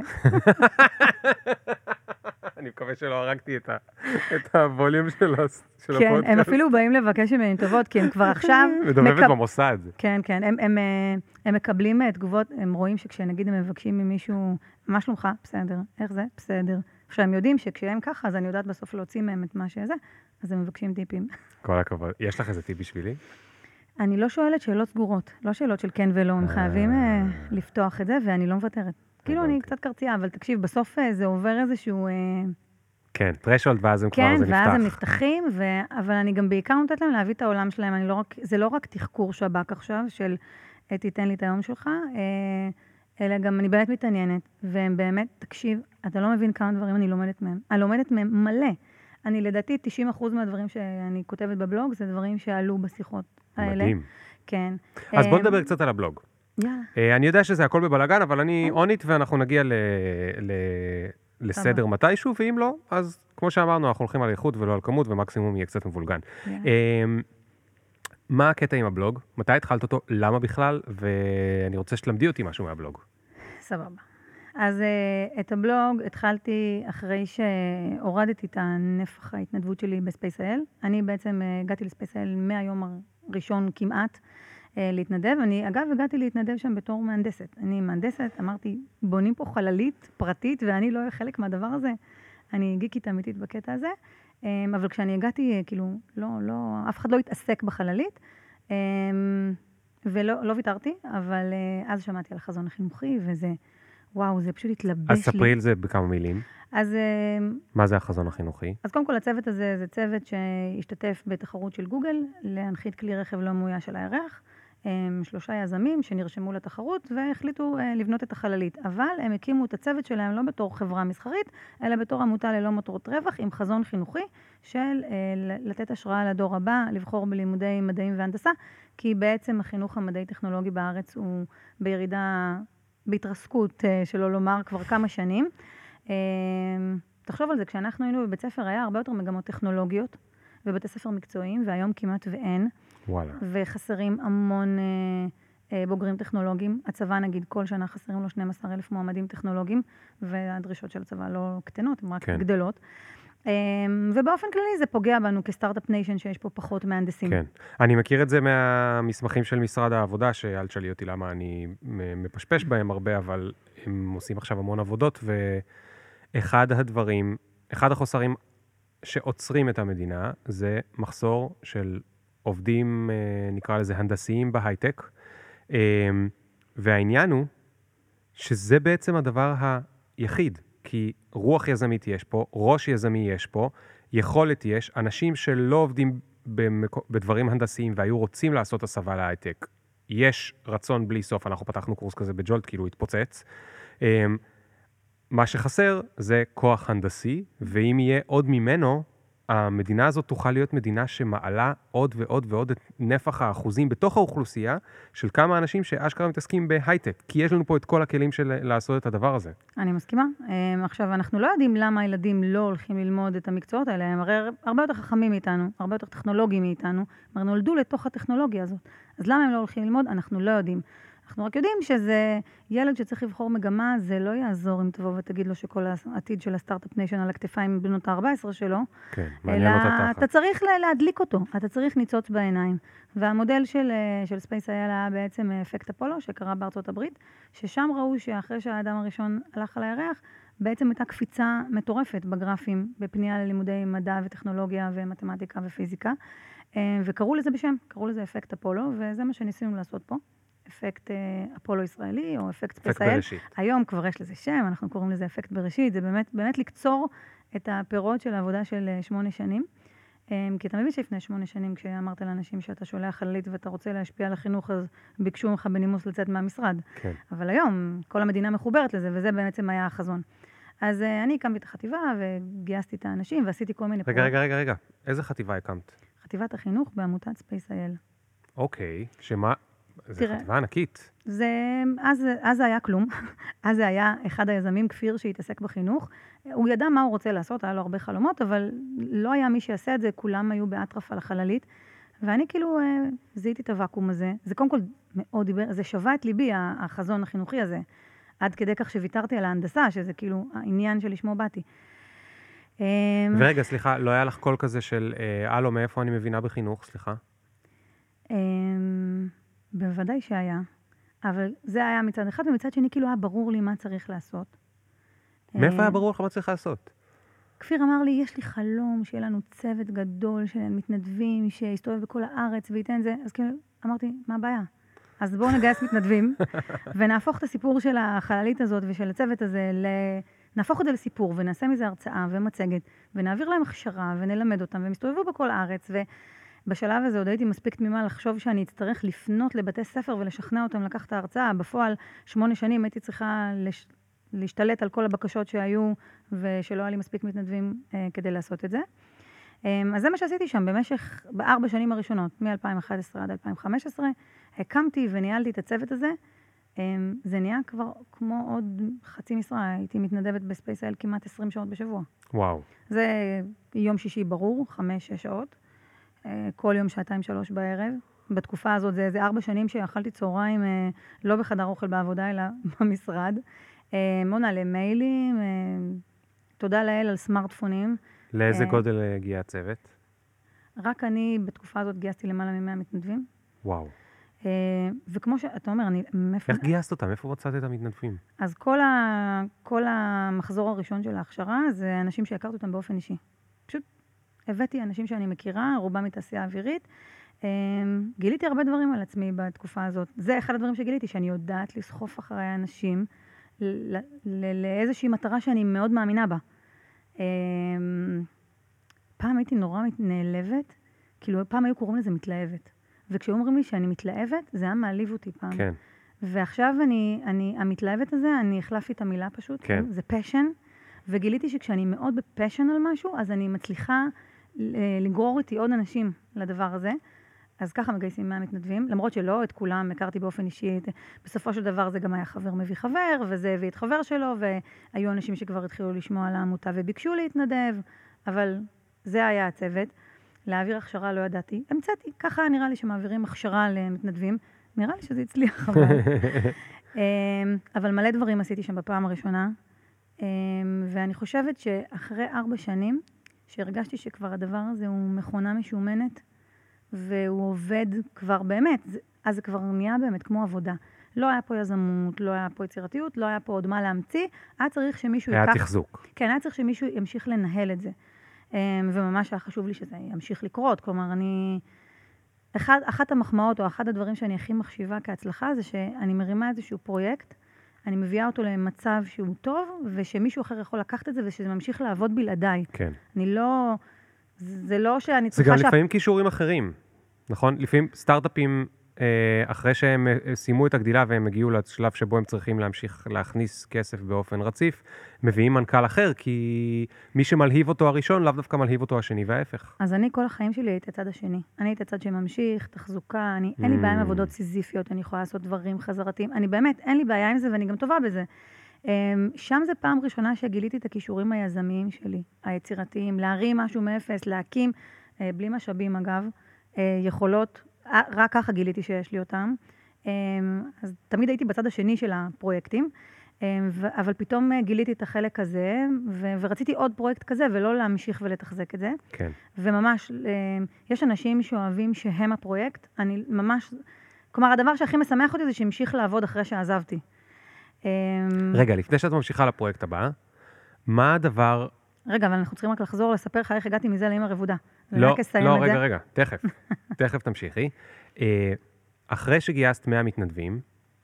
אני מקווה שלא הרגתי את הווליום של הפודקאסט. כן, הם אפילו באים לבקש ממני טובות, כי הם כבר עכשיו... מדובבת במוסד. כן, כן, הם מקבלים תגובות, הם רואים שכשנגיד הם מבקשים ממישהו, מה שלומך? בסדר. איך זה? בסדר. עכשיו, הם יודעים שכשהם ככה, אז אני יודעת בסוף להוציא מהם את מה שזה, אז הם מבקשים טיפים. כל הכבוד. יש לך איזה טיפ בשבילי? אני לא שואלת שאלות סגורות, לא שאלות של כן ולא, הם חייבים לפתוח את זה, ואני לא מוותרת. כאילו אני קצת קרצייה, אבל תקשיב, בסוף זה עובר איזשהו... כן, טרשולד, ואז הם כבר זה נפתח. כן, ואז הם נפתחים, אבל אני גם בעיקר נותנת להם להביא את העולם שלהם, זה לא רק תחקור שבק עכשיו, של תיתן לי את היום שלך, אלא גם אני באמת מתעניינת, והם באמת, תקשיב, אתה לא מבין כמה דברים אני לומדת מהם. אני לומדת מהם מלא. אני לדעתי, תשעים אחוז מהדברים שאני כותבת בבלוג, זה דברים שעלו בשיחות האלה. מדהים. כן. אז בוא נדבר קצת על הבלוג. יאללה. אני יודע שזה הכל בבלגן, אבל אני אונית ואנחנו נגיע לסדר מתישהו, ואם לא, אז כמו שאמרנו, אנחנו הולכים על איכות ולא על כמות, ומקסימום יהיה קצת מבולגן. מה הקטע עם הבלוג? מתי התחלת אותו? למה בכלל? ואני רוצה שתלמדי אותי משהו מהבלוג. סבבה. אז uh, את הבלוג התחלתי אחרי שהורדתי את הנפח ההתנדבות שלי בספייס-איי-אל. אני בעצם uh, הגעתי לספייס-איי-אל מהיום הראשון כמעט uh, להתנדב. אני אגב הגעתי להתנדב שם בתור מהנדסת. אני מהנדסת, אמרתי, בונים פה חללית פרטית ואני לא חלק מהדבר הזה. אני גיקית אמיתית בקטע הזה. Um, אבל כשאני הגעתי, כאילו, לא, לא, אף אחד לא התעסק בחללית. Um, ולא לא ויתרתי, אבל uh, אז שמעתי על החזון החינוכי וזה... וואו, זה פשוט התלבש לי. אז ספרי על זה בכמה מילים. אז... מה זה החזון החינוכי? אז קודם כל, הצוות הזה זה צוות שהשתתף בתחרות של גוגל, להנחית כלי רכב לא מאויש על הירח. שלושה יזמים שנרשמו לתחרות והחליטו לבנות את החללית. אבל הם הקימו את הצוות שלהם לא בתור חברה מסחרית, אלא בתור עמותה ללא מטרות רווח, עם חזון חינוכי של לתת השראה לדור הבא, לבחור בלימודי מדעים והנדסה, כי בעצם החינוך המדעי-טכנולוגי בארץ הוא בירידה... בהתרסקות, שלא לומר, כבר כמה שנים. תחשוב על זה, כשאנחנו היינו בבית ספר, היה הרבה יותר מגמות טכנולוגיות, ובתי ספר מקצועיים, והיום כמעט ואין. וואלה. וחסרים המון בוגרים טכנולוגיים. הצבא, נגיד, כל שנה חסרים לו שנים עשר אלף מועמדים טכנולוגיים, והדרישות של הצבא לא קטנות, הן רק כן. גדלות. ובאופן כללי זה פוגע בנו כסטארט-אפ ניישן שיש פה פחות מהנדסים. כן. אני מכיר את זה מהמסמכים של משרד העבודה, שאל תשאלי אותי למה אני מפשפש בהם הרבה, אבל הם עושים עכשיו המון עבודות, ואחד הדברים, אחד החוסרים שעוצרים את המדינה, זה מחסור של עובדים, נקרא לזה הנדסיים בהייטק, והעניין הוא שזה בעצם הדבר היחיד. כי רוח יזמית יש פה, ראש יזמי יש פה, יכולת יש, אנשים שלא עובדים בדברים הנדסיים והיו רוצים לעשות הסבה להייטק, יש רצון בלי סוף, אנחנו פתחנו קורס כזה בג'ולט, כאילו התפוצץ. מה שחסר זה כוח הנדסי, ואם יהיה עוד ממנו, המדינה הזאת תוכל להיות מדינה שמעלה עוד ועוד ועוד את נפח האחוזים בתוך האוכלוסייה של כמה אנשים שאשכרה מתעסקים בהייטק, כי יש לנו פה את כל הכלים של לעשות את הדבר הזה. אני מסכימה. עכשיו, אנחנו לא יודעים למה הילדים לא הולכים ללמוד את המקצועות האלה, הם הרי הרבה יותר חכמים מאיתנו, הרבה יותר טכנולוגיים מאיתנו, הם נולדו לתוך הטכנולוגיה הזאת. אז למה הם לא הולכים ללמוד? אנחנו לא יודעים. אנחנו רק יודעים שזה ילד שצריך לבחור מגמה, זה לא יעזור אם תבוא ותגיד לו שכל העתיד של הסטארט-אפ ניישן על הכתפיים בנות ה-ארבע עשרה שלו, כן, מעניין אותה תחת. אתה צריך להדליק אותו, אתה צריך ניצוץ בעיניים. והמודל של, של ספייס-איי-אל היה בעצם אפקט אפולו, שקרה בארצות הברית, ששם ראו שאחרי שהאדם הראשון הלך על הירח, בעצם הייתה קפיצה מטורפת בגרפים, בפנייה ללימודי מדע וטכנולוגיה ומתמטיקה ופיזיקה, וקראו לזה בשם, קראו לזה אפקט אפולו, וזה מה שניסינו לעשות פה. אפקט אפולו ישראלי, או אפקט ספייס-איי-אל. היום כבר יש לזה שם, אנחנו קוראים לזה אפקט בראשית, זה באמת, באמת לקצור את הפירות של העבודה של שמונה שנים. כי אתה מבין שלפני שמונה שנים, כשאמרת לאנשים שאתה שולח חללית ואתה רוצה להשפיע על החינוך, אז ביקשו לך בנימוס לצאת מהמשרד. כן. אבל היום, כל המדינה מחוברת לזה, וזה בעצם היה החזון. אז אני הקמתי את החטיבה, וגייסתי את האנשים, ועשיתי כל מיני... רגע, רגע, רגע, רגע. איזה חטיבה הקמת? חטיבת החינוך בעמותת ספייס-איי-אל. אוקיי, שמה... זה חטיבה ענקית. זה, אז, אז זה היה כלום. אז זה היה אחד היזמים, כפיר, שהתעסק בחינוך. הוא ידע מה הוא רוצה לעשות, היה לו הרבה חלומות, אבל לא היה מי שיעשה את זה, כולם היו באטרף על החללית. ואני כאילו זיהיתי את הוואקום הזה. זה קודם כל מאוד דיבר, זה שווה את ליבי, החזון החינוכי הזה. עד כדי כך שוויתרתי על ההנדסה, שזה כאילו העניין שלשמו באתי. ורגע, סליחה, לא היה לך קול כזה של, אלו, מאיפה אני מבינה בחינוך, סליחה? בוודאי שהיה, אבל זה היה מצד אחד, ומצד שני כאילו היה ברור לי מה צריך לעשות. מאיפה היה ברור לך מה צריך לעשות? כפיר אמר לי, יש לי חלום שיהיה לנו צוות גדול של מתנדבים שיסתובב בכל הארץ וייתן זה, אז כאילו אמרתי, מה הבעיה? אז בואו נגייס מתנדבים, ונהפוך את הסיפור של החללית הזאת ושל הצוות הזה, נהפוך את זה לסיפור, ונעשה מזה הרצאה ומצגת, ונעביר להם הכשרה, ונלמד אותם, והם יסתובבו בכל הארץ, ו... בשלב הזה עוד הייתי מספיק תמימה לחשוב שאני אצטרך לפנות לבתי ספר ולשכנע אותם לקחת ההרצאה. בפועל, שמונה שנים הייתי צריכה לש... להשתלט על כל הבקשות שהיו, ושלא היה לי מספיק מתנדבים אה, כדי לעשות את זה. אז זה מה שעשיתי שם במשך, בארבע שנים הראשונות, מ-אלפיים ואחת עשרה עד אלפיים וחמש עשרה, הקמתי וניהלתי את הצוות הזה. זה נהיה כבר כמו עוד חצי משרה, הייתי מתנדבת בספייס-אל כמעט עשרים שעות בשבוע. וואו. זה יום שישי ברור, חמש, שש שעות, כל יום שעתיים שלוש בערב. בתקופה הזאת זה איזה ארבע שנים שאכלתי צהריים, לא בחדר אוכל בעבודה, אלא במשרד. מונה למיילים, תודה לאל על סמארטפונים. לאיזה גודל הגיע הצוות? רק אני בתקופה הזאת גייסתי למעלה ממאה מתנדבים. וואו. וכמו שאתה אומר, אני... איך גייסת אותם? איפה מצאת את המתנדבים? אז כל, ה... כל המחזור הראשון של ההכשרה זה אנשים שהכרת אותם באופן אישי. פשוט הבאתי אנשים שאני מכירה, רובם מתעשייה אווירית. גיליתי הרבה דברים על עצמי בתקופה הזאת. זה אחד הדברים שגיליתי, שאני יודעת לסחוף אחרי האנשים ל... ל... לאיזושהי מטרה שאני מאוד מאמינה בה. פעם הייתי נורא נעלבת, כאילו פעם היו קוראים לזה מתלהבת. וכשאומרים לי שאני מתלהבת, זה היה מעליב אותי פעם. כן. ועכשיו אני, אני, המתלהבת הזה, אני החלפתי את המילה פשוט. כן. זה פשן, וגיליתי שכשאני מאוד בפשן על משהו, אז אני מצליחה לגרור איתי עוד אנשים לדבר הזה. אז ככה מגייסים מאה מתנדבים, למרות שלא את כולם הכרתי באופן אישי. בסופו של דבר זה גם היה חבר מביא חבר, וזה הביא את חבר שלו, והיו אנשים שכבר התחילו לשמוע על העמותה וביקשו להתנדב, אבל זה היה הצוות. להעביר הכשרה לא ידעתי. המצאתי, ככה נראה לי שמעבירים הכשרה למתנדבים. נראה לי שזה הצליח, אבל... אבל מלא דברים עשיתי שם בפעם הראשונה. ואני חושבת שאחרי ארבע שנים, שהרגשתי שכבר הדבר הזה הוא מכונה משומנת, והוא עובד כבר באמת, אז זה כבר נהיה באמת כמו עבודה. לא היה פה יזמות, לא היה פה יצירתיות, לא היה פה עוד מה להמציא. היה צריך שמישהו היה ייקח... תחזוק. כן, היה צריך שמישהו ימשיך לנהל את זה. וממש היה חשוב לי שזה ימשיך לקרות. כלומר, אני... אחד, אחת המחמאות או אחד הדברים שאני הכי מחשיבה כהצלחה זה שאני מרימה איזשהו פרויקט, אני מביאה אותו למצב שהוא טוב, ושמישהו אחר יכול לקחת את זה ושזה ממשיך לעבוד בלעדיי. כן. אני לא... זה לא שאני צריכה... זה גם לפעמים קישורים אחרים, נכון? לפעמים סטארט-אפים, אחרי שהם סיימו את הגדילה והם הגיעו לשלב שבו הם צריכים להמשיך להכניס כסף באופן רציף, מביאים מנכ"ל אחר, כי מי שמלהיב אותו הראשון, לאו דווקא מלהיב אותו השני, וההפך. אז אני כל החיים שלי הייתי הצד השני. אני הייתי הצד שממשיך, תחזוקה, אני, אין לי בעיה עם עבודות סיזיפיות, אני יכולה לעשות דברים חזרתיים, אני באמת, אין לי בעיה עם זה ואני גם טובה בזה. שם זה פעם ראשונה שגיליתי את הכישורים היזמיים שלי, היצירתיים, להרים משהו מאפס, להקים, בלי משאבים אגב, יכולות, רק ככה גיליתי שיש לי אותם. אז תמיד הייתי בצד השני של הפרויקטים, אבל פתאום גיליתי את החלק הזה, ורציתי עוד פרויקט כזה, ולא להמשיך ולתחזק את זה. כן. וממש, יש אנשים שאוהבים שהם הפרויקט, אני ממש, כלומר, הדבר שהכי משמח אותי זה שהמשיך לעבוד אחרי שעזבתי. רגע, לפני שאת ממשיכה לפרויקט הבא, מה הדבר... רגע, אבל אנחנו צריכים רק לחזור, לספר לך איך הגעתי מזה לאמא רבודה. לא, לא, רגע, רגע, תכף, תכף תמשיכי. אחרי שגייסת מאה מתנדבים,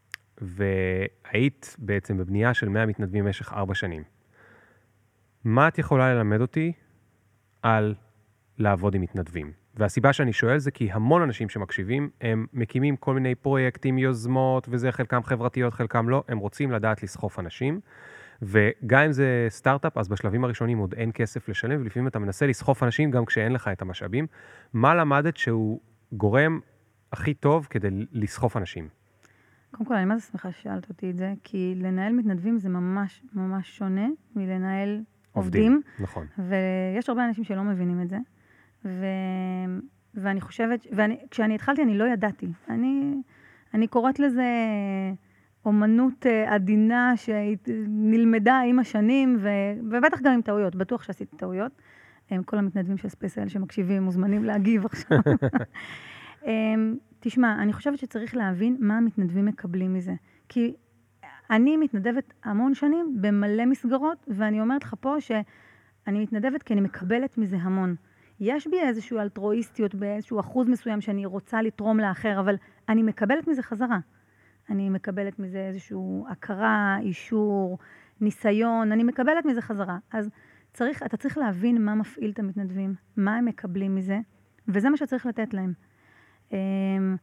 והיית בעצם בבנייה של מאה מתנדבים במשך ארבע שנים, מה את יכולה ללמד אותי על לעבוד עם מתנדבים? והסיבה שאני שואל זה כי המון אנשים שמקשיבים, הם מקימים כל מיני פרויקטים, יוזמות, וזה חלקם חברתיות, חלקם לא, הם רוצים לדעת לסחוף אנשים, וגם אם זה סטארט-אפ, אז בשלבים הראשונים עוד אין כסף לשלם, ולפעמים אתה מנסה לסחוף אנשים גם כשאין לך את המשאבים. מה למדת שהוא גורם הכי טוב כדי לסחוף אנשים? קודם כל, אני מה זה שמחה ששאלת אותי את זה, כי לנהל מתנדבים זה ממש ממש שונה מלנהל עובדים. עובדים, נכון. ויש הרבה אנשים שלא מבינים את זה. ו... ואני חושבת, וכשאני התחלתי אני לא ידעתי. אני, אני קוראת לזה אומנות עדינה שנלמדה עם השנים, ו... ובטח גם עם טעויות, בטוח שעשיתי טעויות. כל המתנדבים של ספייס-אל שמקשיבים מוזמנים להגיב עכשיו. תשמע, אני חושבת שצריך להבין מה המתנדבים מקבלים מזה. כי אני מתנדבת המון שנים במלא מסגרות, ואני אומרת לך פה שאני מתנדבת כי אני מקבלת מזה המון. יש בי איזשהו אלטרואיסטיות, באיזשהו אחוז מסוים שאני רוצה לתרום לאחר, אבל אני מקבלת מזה חזרה. אני מקבלת מזה איזשהו הכרה, אישור, ניסיון, אני מקבלת מזה חזרה. אז צריך, אתה צריך להבין מה מפעיל את המתנדבים, מה הם מקבלים מזה, וזה מה שצריך לתת להם.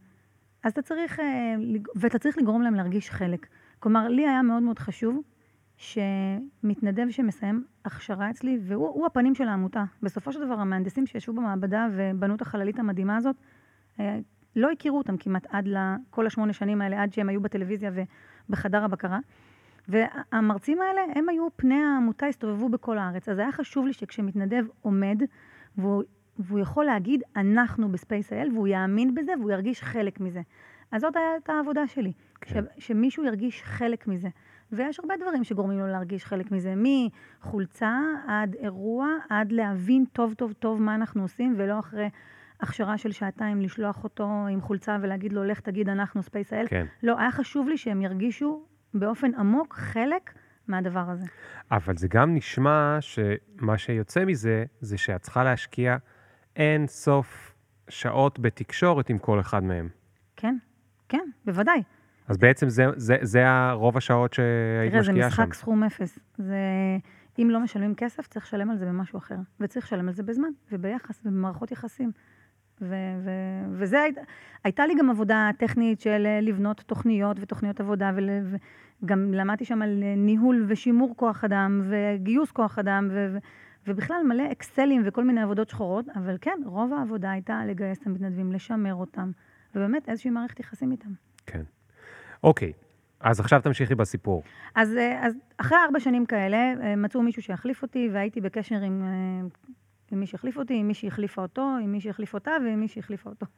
אז אתה צריך, ואתה צריך לגרום להם להרגיש חלק. כלומר, לי היה מאוד מאוד חשוב שמתנדב שמסיים הכשרה אצלי, והוא הפנים של העמותה. בסופו של דבר, המהנדסים שישבו במעבדה ובנו את החללית המדהימה הזאת, לא הכירו אותם כמעט עד לכל השמונה שנים האלה, עד שהם היו בטלוויזיה ובחדר הבקרה. והמרצים האלה, הם היו פני העמותה, הסתובבו בכל הארץ. אז היה חשוב לי שכשמתנדב עומד, והוא, והוא יכול להגיד, אנחנו בספייס אל, והוא יאמין בזה, והוא ירגיש חלק מזה. אז זאת הייתה העבודה שלי, כן. ש, שמישהו ירגיש חלק מזה. ויש הרבה דברים שגורמים לו להרגיש חלק מזה, מחולצה עד אירוע, עד להבין טוב טוב טוב מה אנחנו עושים, ולא אחרי הכשרה של שעתיים לשלוח אותו עם חולצה ולהגיד לו, לך תגיד אנחנו ספייס אל. כן. לא, היה חשוב לי שהם ירגישו באופן עמוק חלק מהדבר הזה. אבל זה גם נשמע שמה שיוצא מזה, זה שאת צריכה להשקיע אין סוף שעות בתקשורת עם כל אחד מהם. כן, כן, בוודאי. אז בעצם זה, זה, זה הרוב השעות שהיית משקיעה שם. תראה, זה משחק סכום אפס. זה, אם לא משלמים כסף, צריך לשלם על זה במשהו אחר. וצריך לשלם על זה בזמן, וביחס, ובמערכות יחסים. ו, ו, וזה, היית, הייתה לי גם עבודה טכנית של לבנות תוכניות ותוכניות עבודה, ול, וגם למדתי שם על ניהול ושימור כוח אדם, וגיוס כוח אדם, ו, ו, ובכלל מלא אקסלים וכל מיני עבודות שחורות, אבל כן, רוב העבודה הייתה לגייס את המתנדבים, לשמר אותם, ובאמת איזושהי מערכת יחסים איתם. כן. אוקיי, אז עכשיו תמשיכי בסיפור. אז, אז אחרי ארבע שנים כאלה, מצאו מישהו שיחליף אותי, והייתי בקשר עם, עם מי שהחליף אותי, עם מי שהחליפה אותו, עם מי שהחליף אותה, ועם מי שהחליפה אותו.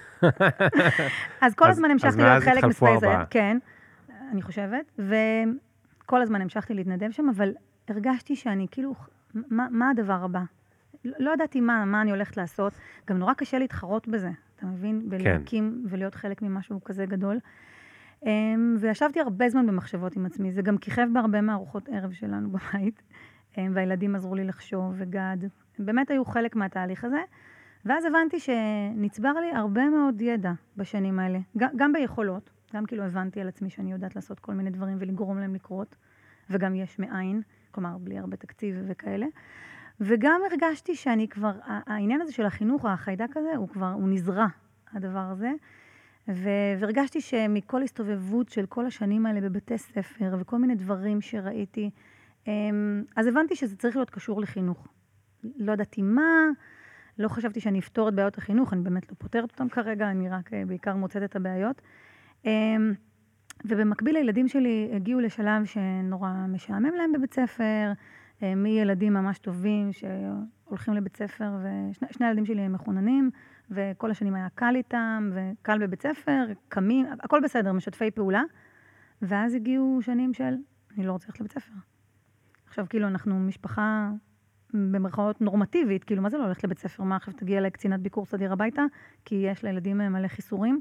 אז כל הזמן המשכתי להיות חלק מספייס אל. כן, אני חושבת, וכל הזמן המשכתי להתנדב שם, אבל הרגשתי שאני כאילו, מה, מה הדבר הבא? לא ידעתי מה, מה אני הולכת לעשות, גם נורא קשה להתחרות בזה, אתה מבין? בלהקים כן. ולהיות חלק ממשהו כזה גדול. Um, וישבתי הרבה זמן במחשבות עם עצמי, זה גם כיכב בהרבה מארוחות ערב שלנו בבית, um, והילדים עזרו לי לחשוב וגד, הם באמת היו חלק מהתהליך הזה, ואז הבנתי שנצבר לי הרבה מאוד ידע בשנים האלה, גם, גם ביכולות, גם כאילו הבנתי על עצמי שאני יודעת לעשות כל מיני דברים ולגרום להם לקרות, וגם יש מאין, כלומר בלי הרבה תקציב וכאלה, וגם הרגשתי שאני כבר, העניין הזה של החינוך, החיידק הזה, הוא כבר, הוא נזרע, הדבר הזה, והרגשתי שמכל הסתובבות של כל השנים האלה בבתי ספר וכל מיני דברים שראיתי, אז הבנתי שזה צריך להיות קשור לחינוך. לא ידעתי מה, לא חשבתי שאני אפתור את בעיות החינוך, אני באמת לא פותרת אותם כרגע, אני רק בעיקר מוצאת את הבעיות. ובמקביל הילדים שלי הגיעו לשלב שנורא משעמם להם בבית ספר, מילדים ממש טובים שהולכים לבית ספר, ושני הילדים שלי הם מחוננים, וכל השנים היה קל איתם, וקל בבית ספר, קמים, הכל בסדר, משתפי פעולה. ואז הגיעו שנים של, אני לא רוצה ללכת לבית ספר. עכשיו, כאילו, אנחנו משפחה במרכאות נורמטיבית, כאילו, מה זה לא הולכת לבית ספר? מה, עכשיו תגיע לקצינת ביקור סדיר הביתה, כי יש לילדים מלא חיסורים.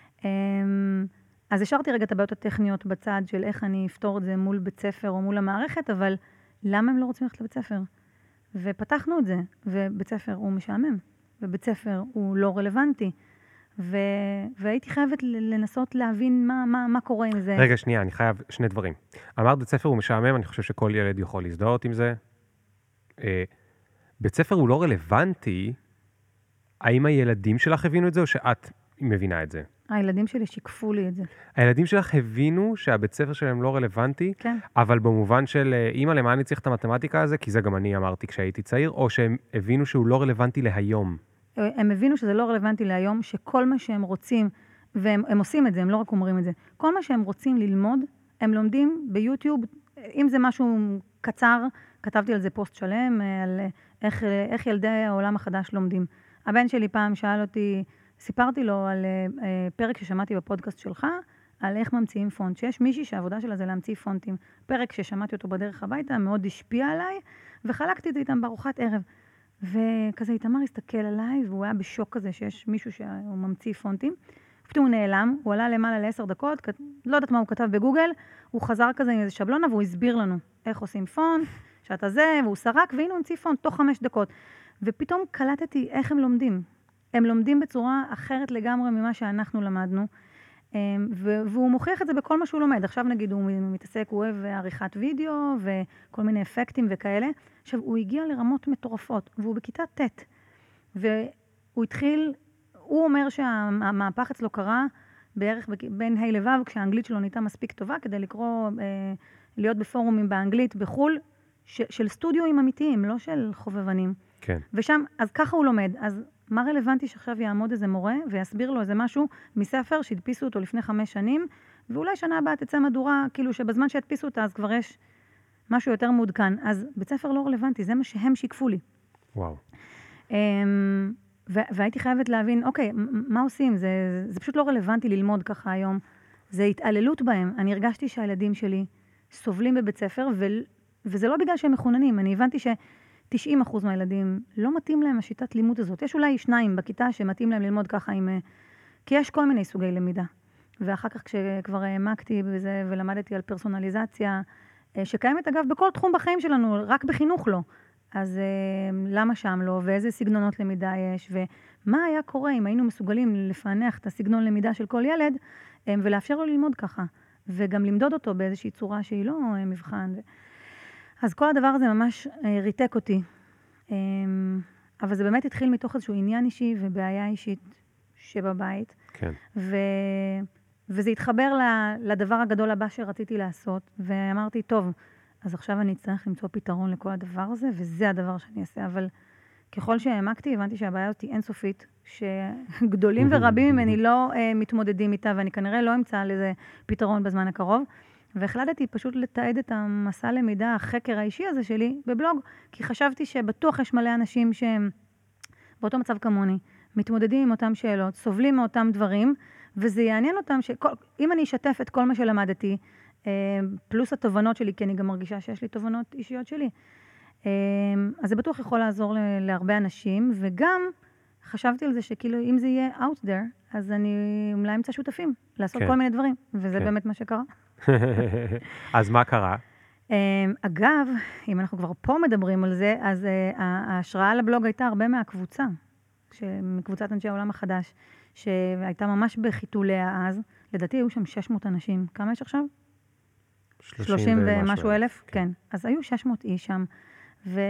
אז השארתי רגע את הבעיות הטכניות בצד של איך אני אפתור את זה מול בית ספר או מול המערכת, אבל למה הם לא רוצים ללכת לבית ספר? ופתחנו את זה, ובית ספר הוא משעמם. ובית ספר הוא לא רלוונטי, ו... והייתי חייבת לנסות להבין מה, מה, מה קורה עם זה. רגע, שנייה, אני חייב שני דברים. אמרת, בית ספר הוא משעמם, אני חושב שכל ילד יכול להזדהות עם זה. אה, בית ספר הוא לא רלוונטי, האם הילדים שלך הבינו את זה, או שאת מבינה את זה? הילדים שלי שיקפו לי את זה. הילדים שלך הבינו שהבית ספר שלהם לא רלוונטי, כן. אבל במובן של, אמא, למה אני צריך את המתמטיקה הזה? כי זה גם אני אמרתי כשהייתי צעיר, או שהם הבינו שהוא לא רלוונטי להיום? הם הבינו שזה לא רלוונטי להיום, שכל מה שהם רוצים, והם הם עושים את זה, הם לא רק אומרים את זה, כל מה שהם רוצים ללמוד, הם לומדים ביוטיוב, אם זה משהו קצר, כתבתי על זה פוסט שלם, על איך, איך ילדי העולם החדש לומדים. הבן שלי פעם שאל אותי, סיפרתי לו על uh, פרק ששמעתי בפודקאסט שלך, על איך ממציאים פונט, שיש מישהי שהעבודה שלה זה להמציא פונטים. פרק ששמעתי אותו בדרך הביתה, מאוד השפיע עליי, וחלקתי את זה איתם בארוחת ערב. וכזה איתמר הסתכל עליי, והוא היה בשוק כזה שיש מישהו שהוא ממציא פונטים. פתאום הוא נעלם, הוא עלה למעלה לעשר דקות, לא יודעת מה הוא כתב בגוגל, הוא חזר כזה עם איזה שבלונה, והוא הסביר לנו איך עושים פונט, שאתה זה, והוא סרק, והנה הוא המציא פונט תוך חמש דקות. ופתאום קלטתי איך הם לומדים. הם לומדים בצורה אחרת לגמרי ממה שאנחנו למדנו, והוא מוכיח את זה בכל מה שהוא לומד. עכשיו נגיד הוא מתעסק, הוא אוהב עריכת וידאו וכל מיני אפקטים וכאלה. עכשיו הוא הגיע לרמות מטורפות, והוא בכיתה ט', והוא התחיל, הוא אומר שהמהפך אצלו קרה בערך בין ה' לו', כשהאנגלית שלו נהייתה מספיק טובה כדי לקרוא להיות בפורומים באנגלית, בחול, ש, של סטודיואים אמיתיים, לא של חובבנים. כן. ושם, אז ככה הוא לומד. אז מה רלוונטי שעכשיו יעמוד איזה מורה ויסביר לו איזה משהו מספר שהדפיסו אותו לפני חמש שנים, ואולי שנה הבאה תצא מדורה, כאילו שבזמן שהדפיסו אותה, אז כבר יש משהו יותר מעודכן. אז בית ספר לא רלוונטי, זה מה שהם שיקפו לי. וואו. והייתי חייבת להבין, אוקיי, מה עושים? זה, זה פשוט לא רלוונטי ללמוד ככה היום. זה התעללות בהם. אני הרגשתי שהילדים שלי סובלים בבית ספר, ו, וזה לא בגלל שהם מחוננים. אני הבנתי ש-תשעים אחוז מהילדים לא מתאים להם השיטת לימוד הזאת. יש אולי שניים בכיתה שמתאים להם ללמוד ככה עם... כי יש כל מיני סוגי למידה. ואחר כך כשכבר העמקתי בזה ולמדתי על פרסונליזציה, שקיימת אגב בכל תחום בחיים שלנו, רק בחינוך לא. אז למה שם לא, ואיזה סגנונות למידה יש, ומה היה קורה אם היינו מסוגלים לפענח את הסגנון למידה של כל ילד, ולאפשר לו ללמוד ככה, וגם למדוד אותו באיזושהי צורה שהיא לא מבחן. אז כל הדבר הזה ממש ריתק אותי. אבל זה באמת התחיל מתוך איזשהו עניין אישי ובעיה אישית שבבית. כן. ו... וזה התחבר לדבר הגדול הבא שרציתי לעשות, ואמרתי, טוב, אז עכשיו אני אצטרך למצוא פתרון לכל הדבר הזה, וזה הדבר שאני אעשה. אבל ככל שהעמקתי, הבנתי שהבעיה אותי אינסופית, שגדולים ורבים ממני לא uh, מתמודדים איתה, ואני כנראה לא אמצא לזה פתרון בזמן הקרוב. והחלטתי פשוט לתעד את המסע למידה, החקר האישי הזה שלי, בבלוג, כי חשבתי שבטוח יש מלא אנשים שהם באותו מצב כמוני, מתמודדים עם אותם שאלות, סובלים מאותם דברים, וזה יעניין אותם שאם אני אשתף את כל מה שלמדתי, פלוס התובנות שלי, כי אני גם מרגישה שיש לי תובנות אישיות שלי, אז זה בטוח יכול לעזור להרבה אנשים, וגם חשבתי על זה שכאילו אם זה יהיה out there, אז אני אולי אמצא שותפים, לעשות כל מיני דברים, וזה באמת מה שקרה. אז מה קרה? אגב, אם אנחנו כבר פה מדברים על זה, אז ההשראה לבלוג הייתה הרבה מהקבוצה, מקבוצת אנשי העולם החדש, שהייתה ממש בחיתוליה אז, לדעתי היו שם שש מאות אנשים. כמה יש עכשיו? שלושים ומשהו אלף? כן. אז היו שש מאות איש שם, ו...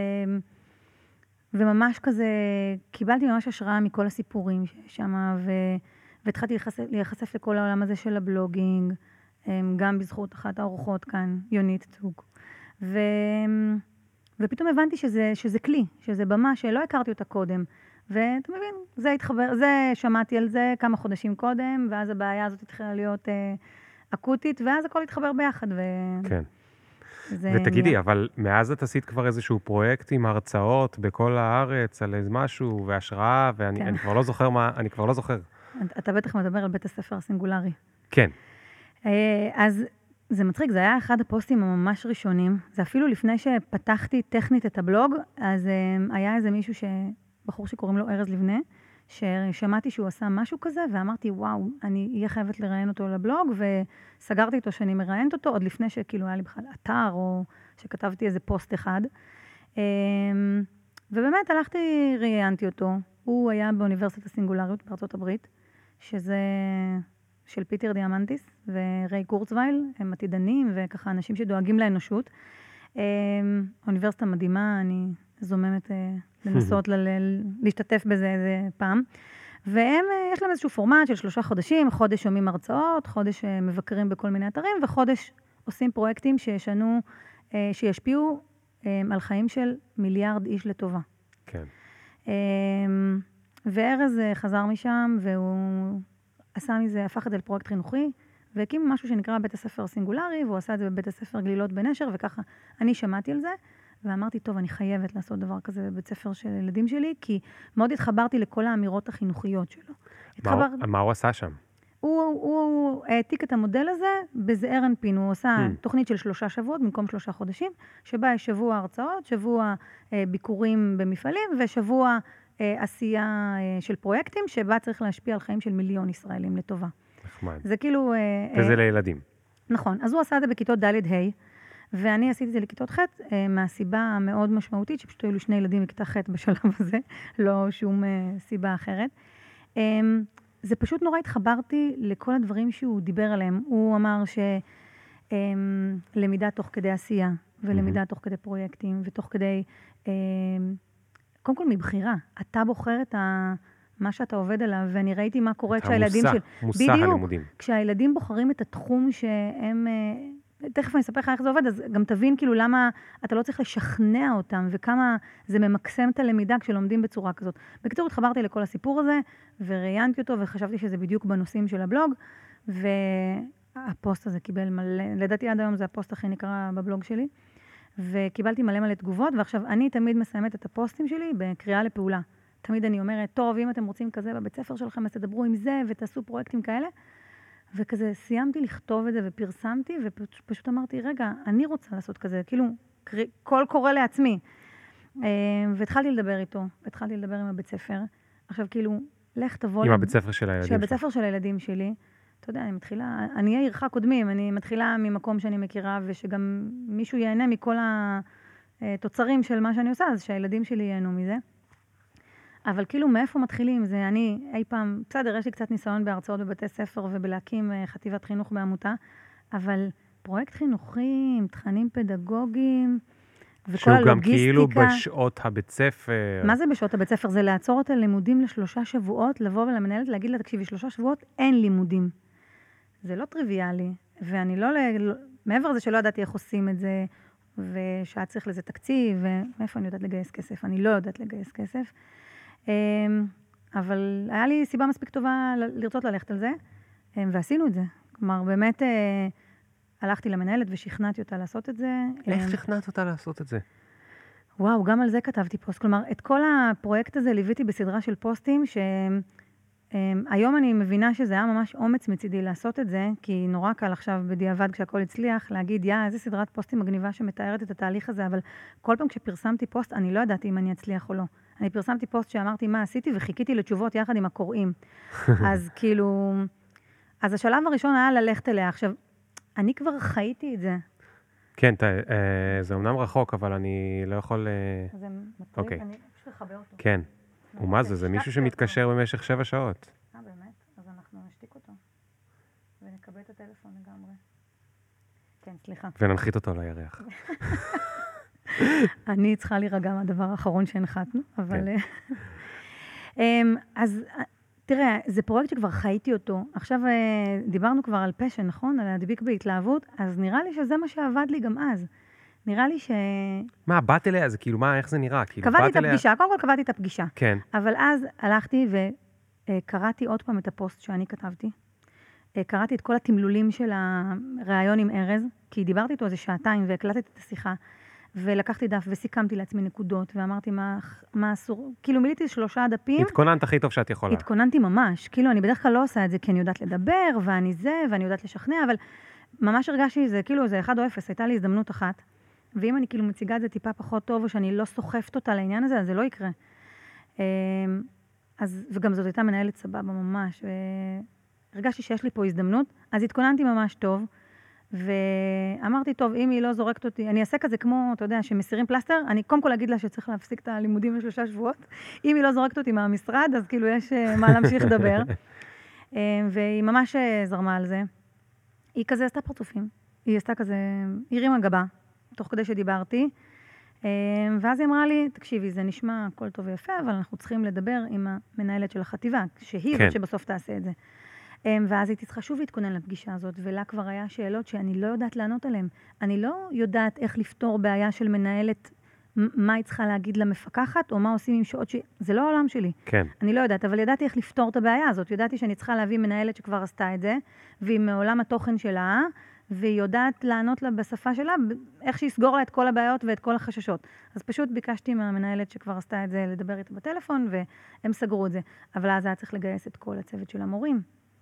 וממש כזה, קיבלתי ממש השראה מכל הסיפורים שם, ו... והתחלתי להיחשף, להיחשף לכל העולם הזה של הבלוגינג, גם בזכות אחת האורחות כאן, יונית צוג. ו... ופתאום הבנתי שזה, שזה כלי, שזה במה שלא הכרתי אותה קודם, ואתה מבין, זה התחבר, זה שמעתי על זה כמה חודשים קודם, ואז הבעיה הזאת התחילה להיות אה, אקוטית, ואז הכל התחבר ביחד. ו... כן. ותגידי, נהיה... אבל מאז את עשית כבר איזשהו פרויקט עם הרצאות בכל הארץ, על איזה משהו, והשראה, ואני כן. אני כבר לא זוכר מה, אני כבר לא זוכר. אתה בטח מדבר על בית הספר הסינגולרי. כן. אה, אז זה מצחיק, זה היה אחד הפוסטים הממש ראשונים, זה אפילו לפני שפתחתי טכנית את הבלוג, אז אה, היה איזה מישהו ש... בחור שקוראים לו ארז לבנה, ששמעתי שהוא עשה משהו כזה, ואמרתי, וואו, אני אהיה חייבת לראיין אותו לבלוג, וסגרתי איתו שאני מראיינת אותו, עוד לפני שכאילו היה לי בכלל אתר, או שכתבתי איזה פוסט אחד. ובאמת הלכתי, ראיינתי אותו. הוא היה באוניברסיטת הסינגולריות בארצות הברית, שזה של פיטר דיאמנטיס וריי קורצווייל, הם עתידנים, וככה אנשים שדואגים לאנושות. אוניברסיטה מדהימה, אני זוממת לנסות להשתתף בזה איזה פעם. והם, יש להם איזשהו פורמט של שלושה חודשים, חודש שומעים הרצאות, חודש מבקרים בכל מיני אתרים, וחודש עושים פרויקטים שישנו, שישפיעו על חיים של מיליארד איש לטובה. כן. וארז חזר משם, והוא עשה מזה, הפך את זה לפרויקט חינוכי, והקים משהו שנקרא בית הספר הסינגולרי, והוא עשה את זה בבית הספר גלילות בנשר, וככה אני שמעתי על זה, ואמרתי, טוב, אני חייבת לעשות דבר כזה בבית ספר של ילדים שלי, כי מאוד התחברתי לכל האמירות החינוכיות שלו. התחבר... מה, מה הוא עשה שם? הוא, הוא העתיק את המודל הזה בזעיר אנפין, הוא עושה hmm. תוכנית של שלושה שבועות, במקום שלושה חודשים, שבה יש שבוע הרצאות, שבוע אה, ביקורים במפעלים, ושבוע אה, עשייה אה, של פרויקטים, שבה צריך להשפיע על חיים של מיליון ישראלים לטובה. נחמד. זה כאילו... אה, וזה אה, לילדים. נכון, אז הוא עשה את זה בכיתות ד' ה', ואני עשיתי את זה לכיתות ח' מהסיבה המאוד משמעותית, שפשוט היו לי שני ילדים מכיתה ח' בשלב הזה, לא שום סיבה אחרת. זה פשוט נורא התחברתי לכל הדברים שהוא דיבר עליהם. הוא אמר שלמידה תוך כדי עשייה, ולמידה תוך כדי פרויקטים, ותוך כדי, קודם כל מבחירה. אתה בוחר את מה שאתה עובד עליו, ואני ראיתי מה קורה כשהילדים של... מושא הלימודים. כשהילדים בוחרים את התחום שהם... תכף אני אספר לך איך זה עובד, אז גם תבין כאילו למה אתה לא צריך לשכנע אותם, וכמה זה ממקסם את הלמידה כשלומדים בצורה כזאת. בקיצור, התחברתי לכל הסיפור הזה, וראיינתי אותו, וחשבתי שזה בדיוק בנושאים של הבלוג, והפוסט הזה קיבל מלא, לדעתי עד היום זה הפוסט הכי נקרא בבלוג שלי, וקיבלתי מלא מלא תגובות, ועכשיו אני תמיד מסיימת את הפוסטים שלי בקריאה לפעולה. תמיד אני אומרת, טוב, אם אתם רוצים כזה בבית ספר שלכם, אז תדברו עם זה ותעשו פרויקטים כאלה. וכזה סיימתי לכתוב את זה ופרסמתי, ופשוט אמרתי, רגע, אני רוצה לעשות כזה, כאילו, קול קורא לעצמי. והתחלתי לדבר איתו, והתחלתי לדבר עם הבית ספר. עכשיו, כאילו, לך תבוא... עם הבית ספר של הילדים שלי. הבית ספר של הילדים שלי. אתה יודע, אני מתחילה, אני אהיה עירך קודמים, אני מתחילה ממקום שאני מכירה, ושגם מישהו ייהנה מכל התוצרים של מה שאני עושה, אז שהילדים שלי ייהנו מזה. אבל כאילו מאיפה מתחילים? זה אני אי פעם, בסדר, יש לי קצת ניסיון בהרצאות בבתי ספר ובלהקים חטיבת חינוך בעמותה, אבל פרויקט חינוכי עם תכנים פדגוגיים וכל הלוגיסטיקה. שהוא גם כאילו בשעות הבית ספר. מה זה בשעות הבית ספר? זה לעצור את הלימודים לשלושה שבועות, לבוא ולמנהלת להגיד לה, תקשיבי, שלושה שבועות אין לימודים. זה לא טריוויאלי, ואני לא, מעבר לזה שלא ידעתי איך עושים את זה, ושאת צריך לזה תקציב, ומאיפה אני יודעת לגייס כסף? אני לא יודעת לגייס כסף. אבל היה לי סיבה מספיק טובה לרצות ללכת על זה, ועשינו את זה. כלומר, באמת הלכתי למנהלת ושכנעתי אותה לעשות את זה. איך שכנעת אותה לעשות את זה? וואו, גם על זה כתבתי פוסט. כלומר, את כל הפרויקט הזה ליוויתי בסדרה של פוסטים, שהיום אני מבינה שזה היה ממש אומץ מצידי לעשות את זה, כי נורא קל עכשיו בדיעבד כשהכל הצליח, להגיד, יא, איזה סדרת פוסטים מגניבה שמתארת את התהליך הזה, אבל כל פעם כשפרסמתי פוסט, אני לא ידעתי אם אני אצליח או לא. אני פרסמתי פוסט שאמרתי מה עשיתי, וחיכיתי לתשובות יחד עם הקוראים. אז כאילו, אז השלב הראשון היה ללכת אליה. עכשיו, אני כבר חייתי את זה. כן, זה אומנם רחוק, אבל אני לא יכול... זה מטריד, אני פשוט לחבר אותו. כן. ומה זה? זה מישהו שמתקשר במשך שבע שעות. אה, באמת? אז אנחנו נשתיק אותו. ונקבל את הטלפון לגמרי. כן, סליחה. וננחית אותו לירח. אני צריכה להירגע מהדבר האחרון שהנחתנו, אבל... אז תראה, זה פרויקט שכבר חייתי אותו. עכשיו דיברנו כבר על פשן, נכון? על להדביק בהתלהבות, אז נראה לי שזה מה שעבד לי גם אז. נראה לי ש... מה, באת אליה? זה כאילו, מה, איך זה נראה? קבעתי את הפגישה, קודם כל קבעתי את הפגישה. כן. אבל אז הלכתי וקראתי עוד פעם את הפוסט שאני כתבתי. קראתי את כל התמלולים של הרעיון עם ארז, כי דיברתי איתו איזה שעתיים והקלטתי את השיחה. ולקחתי דף וסיכמתי לעצמי נקודות, ואמרתי מה, מה אסור, כאילו מיליתי שלושה דפים. התכוננת הכי טוב שאת יכולה. התכוננתי ממש, כאילו אני בדרך כלל לא עושה את זה, כי אני יודעת לדבר, ואני זה, ואני יודעת לשכנע, אבל ממש הרגשתי זה, כאילו זה אחד או אפס, הייתה לי הזדמנות אחת, ואם אני כאילו מציגה את זה טיפה פחות טוב, או שאני לא סוחפת אותה לעניין הזה, אז זה לא יקרה. אז, וגם זאת הייתה מנהלת סבבה ממש, והרגשתי שיש לי פה הזדמנות, אז התכוננתי ממש טוב, ואמרתי, טוב, אם היא לא זורקת אותי, אני אעשה כזה כמו, אתה יודע, שמסירים פלסטר, אני קודם כל אגיד לה שצריך להפסיק את הלימודים לשלושה שבועות, אם היא לא זורקת אותי מהמשרד, אז כאילו יש מה להמשיך לדבר, והיא ממש זרמה על זה. היא כזה עשתה פרצופים, היא עשתה כזה, היא הרימה גבה, תוך כדי שדיברתי, ואז היא אמרה לי, תקשיבי, זה נשמע הכל טוב ויפה, אבל אנחנו צריכים לדבר עם המנהלת של החטיבה, שהיא זאת שבסוף תעשה את זה. ואז הייתי צריכה שוב להתכונן לפגישה הזאת, ולה כבר היה שאלות שאני לא יודעת לענות עליהן. אני לא יודעת איך לפתור בעיה של מנהלת, מה היא צריכה להגיד למפקחת, או מה עושים עם שעות ש... זה לא העולם שלי. כן. אני לא יודעת, אבל ידעתי איך לפתור את הבעיה הזאת. ידעתי שאני צריכה להביא מנהלת שכבר עשתה את זה, והיא מעולם התוכן שלה, והיא יודעת לענות לה בשפה שלה, איך שיסגור לה את כל הבעיות ואת כל החששות. אז פשוט ביקשתי מהמנהלת שכבר עשתה את זה, לדבר איתה בטלפון, והם סגרו את זה. אבל אז היה צריך לגייס את כל הצוות של המורים.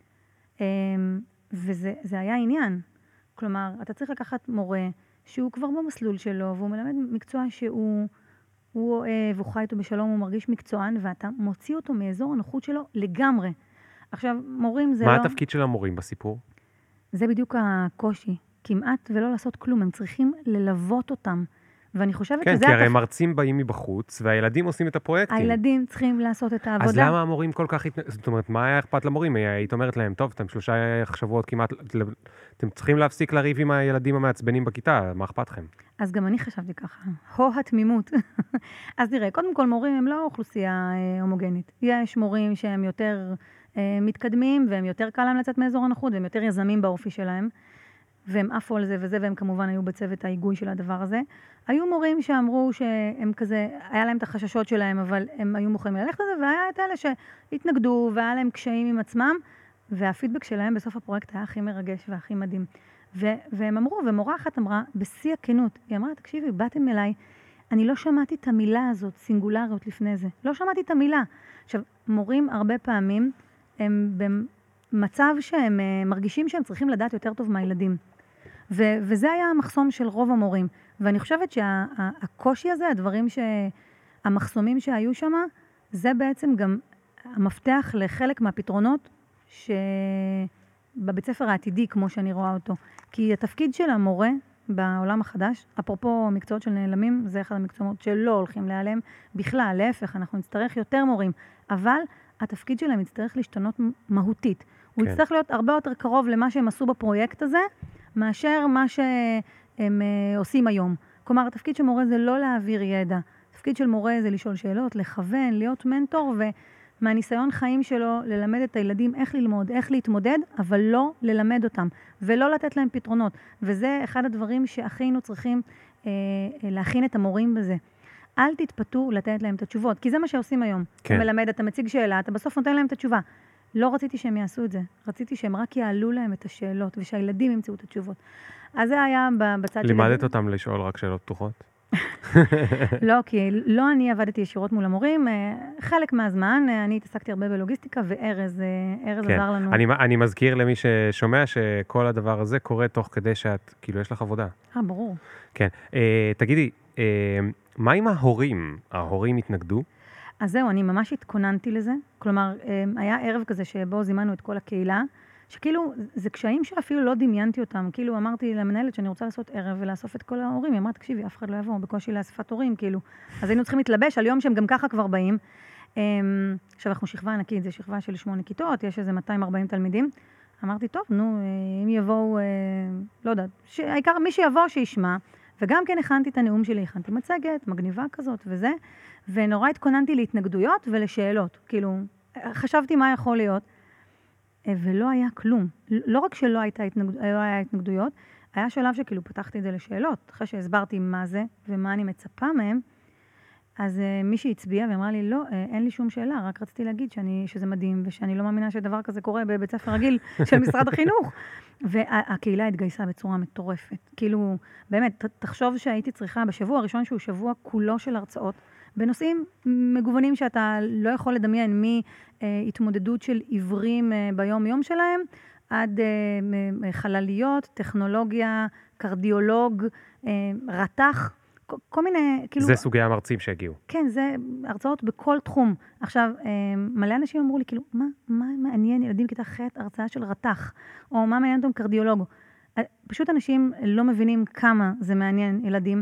וזה זה היה עניין. כלומר, אתה צריך לקחת מורה שהוא כבר במסלול שלו, והוא מלמד מקצוע שהוא הוא אוהב, הוא חי איתו בשלום, הוא מרגיש מקצוען, ואתה מוציא אותו מאזור הנוחות שלו לגמרי. עכשיו, מורים זה מה לא... מה התפקיד של המורים בסיפור? זה בדיוק הקושי. כמעט ולא לעשות כלום, הם צריכים ללוות אותם. ואני חושבת כן, שזה... כן, כי הרי מרצים באים מבחוץ, והילדים עושים את הפרויקטים. הילדים צריכים לעשות את העבודה. אז למה המורים כל כך... זאת אומרת, מה היה אכפת למורים? היית אומרת להם, טוב, אתם שלושה שבועות כמעט... אתם צריכים להפסיק לריב עם הילדים המעצבנים בכיתה, מה אכפת לכם? אז גם אני חשבתי ככה, הו התמימות. אז תראה, קודם כל מורים הם לא אוכלוסייה הומוגנית. יש מורים שהם יותר מתקדמים, והם יותר קל להם לצאת מאזור הנוחות, והם יותר יזמים באופי שלהם. והם עפו על זה וזה, והם כמובן היו בצוות ההיגוי של הדבר הזה. היו מורים שאמרו שהם כזה, היה להם את החששות שלהם, אבל הם היו מוכנים ללכת לזה, והיה את אלה שהתנגדו, והיה להם קשיים עם עצמם, והפידבק שלהם בסוף הפרויקט היה הכי מרגש והכי מדהים. ו- והם אמרו, ומורה אחת אמרה, בשיא הכנות, היא אמרה, תקשיבי, באתם אליי, אני לא שמעתי את המילה הזאת, סינגולריות לפני זה. לא שמעתי את המילה. עכשיו, מורים הרבה פעמים, הם במצב שהם מרגישים שהם צריכים לדעת יותר טוב מהילדים. ו- וזה היה המחסום של רוב המורים. ואני חושבת שהקושי הזה, הדברים ש... המחסומים שהיו שם, זה בעצם גם המפתח לחלק מהפתרונות שבבית ספר העתידי, כמו שאני רואה אותו. כי התפקיד של המורה בעולם החדש, אפרופו מקצועות של נעלמים, זה אחד המקצועות שלא הולכים להיעלם בכלל, להפך, אנחנו נצטרך יותר מורים, אבל התפקיד שלהם יצטרך להשתנות מהותית. כן. הוא יצטרך להיות הרבה יותר קרוב למה שהם עשו בפרויקט הזה, מאשר מה שהם uh, עושים היום. כלומר, התפקיד של מורה זה לא להעביר ידע, התפקיד של מורה זה לשאול שאלות, לכוון, להיות מנטור, ומהניסיון חיים שלו ללמד את הילדים איך ללמוד, איך להתמודד, אבל לא ללמד אותם, ולא לתת להם פתרונות. וזה אחד הדברים שהכינו צריכים אה, להכין את המורים בזה. אל תתפתו לתת להם את התשובות, כי זה מה שעושים היום. כן. אתה מלמד, אתה מציג שאלה, אתה בסוף נותן להם את התשובה. לא רציתי שהם יעשו את זה, רציתי שהם רק יעלו להם את השאלות, ושהילדים ימצאו את התשובות. אז זה היה בצד של... לימדת אותם לשאול רק שאלות פתוחות? לא, כי לא אני עבדתי ישירות מול המורים, חלק מהזמן, אני התעסקתי הרבה בלוגיסטיקה, וארז, ארז כן. עזר לנו. אני, אני מזכיר למי ששומע שכל הדבר הזה קורה תוך כדי שאת, כאילו יש לך עבודה. אה, ברור. כן. אה, תגידי, אה, מה עם ההורים? ההורים התנגדו? אז זהו, אני ממש התכוננתי לזה. כלומר, היה ערב כזה שבו זימנו את כל הקהילה, שכאילו, זה קשיים שאפילו לא דמיינתי אותם. כאילו, אמרתי למנהלת שאני רוצה לעשות ערב ולאסוף את כל ההורים. היא אמרה, תקשיבי, אף אחד לא יבוא, בקושי לאספת הורים, כאילו. אז היינו צריכים להתלבש על יום שהם גם ככה כבר באים. עכשיו, אנחנו שכבה ענקית, זה שכבה של שמונה כיתות, יש איזה מאתיים וארבעים תלמידים. אמרתי, טוב, נו, אם יבואו, לא יודעת, העיקר מי שיבוא שישמע, וגם כן הכנתי את הנאום שלי, הכנתי מצגת, מגניבה כזאת וזה, ונורא התכוננתי להתנגדויות ולשאלות. כאילו, חשבתי מה יכול להיות, ולא היה כלום. לא רק שלא הייתה התנגד... לא היה התנגדויות, היה שלב שכאילו פתחתי את זה לשאלות, אחרי שהסברתי מה זה ומה אני מצפה מהם, אז uh, מישהי הצביעה ואמרה לי, לא, uh, אין לי שום שאלה, רק רציתי להגיד שאני, שזה מדהים, ושאני לא מאמינה שדבר כזה קורה בבית ספר רגיל של משרד החינוך. והקהילה התגייסה בצורה מטורפת. כאילו, באמת, תחשוב שהייתי צריכה בשבוע הראשון, שהוא שבוע כולו של הרצאות, בנושאים מגוונים שאתה לא יכול לדמיין, מהתמודדות של עיוורים ביום-יום שלהם, עד חלליות, טכנולוגיה, קרדיולוג, רתח, כל מיני, כאילו... זה סוגי המרצים שהגיעו. כן, זה הרצאות בכל תחום. עכשיו, מלא אנשים אמרו לי, כאילו, מה, מה מעניין ילדים כיתה ח' הרצאה של רתח, או מה מעניין אותם קרדיולוג? פשוט אנשים לא מבינים כמה זה מעניין ילדים,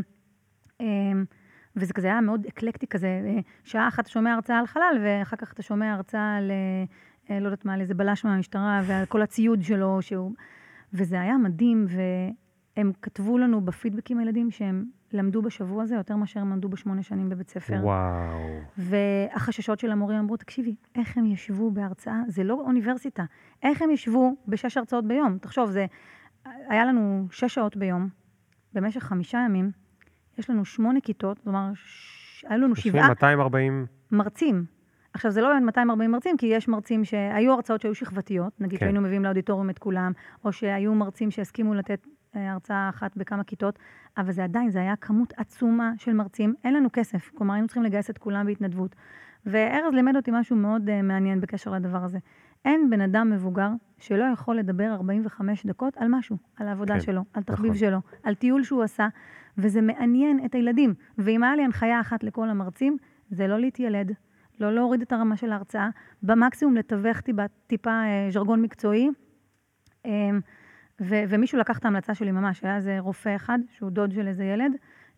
וזה כזה היה מאוד אקלקטי כזה, שעה אחת אתה שומע הרצאה על חלל, ואחר כך אתה שומע הרצאה על, לא יודעת מה, על איזה בלש מהמשטרה, ועל כל הציוד שלו, שהוא... וזה היה מדהים, והם כתבו לנו בפידבקים הילדים שהם למדו בשבוע הזה, יותר מאשר הם למדו בשמונה שנים בבית ספר. וואו. והחששות של המורים אמרו, תקשיבי, איך הם ישבו בהרצאה? זה לא אוניברסיטה. איך הם ישבו בשש הרצאות ביום? תחשוב, זה... היה לנו שש שעות ביום, במשך חמישה ימים, יש לנו שמונה כיתות, זאת אומרת, ש... היו לנו שבעה... מאתיים וארבעים... מרצים. עכשיו, זה לא באמת מאתיים וארבעים מרצים, כי יש מרצים שהיו הרצאות שהיו שכבתיות, נגיד כן. שהיינו מביאים לאודיטוריום את כולם, או שהיו מרצים שהסכימו לתת הרצאה אחת בכמה כיתות, אבל זה עדיין, זה היה כמות עצומה של מרצים, אין לנו כסף, כלומר, היינו צריכים לגייס את כולם בהתנדבות. וארז לימד אותי משהו מאוד uh, מעניין בקשר לדבר הזה. אין בן אדם מבוגר שלא יכול לדבר ארבעים וחמש דקות על משהו, על העבודה כן, שלו, על תחביב נכון. שלו, על טיול שהוא עשה, וזה מעניין את הילדים. ואם היה לי הנחיה אחת לכל המרצים, זה לא להתילד, לא להוריד את הרמה של ההרצאה, במקסימום לתווך טיפה uh, ז'רגון מקצועי, um, ו- ומישהו לקח את ההמלצה שלי ממש, היה איזה רופא אחד, שהוא דוד של איזה ילד,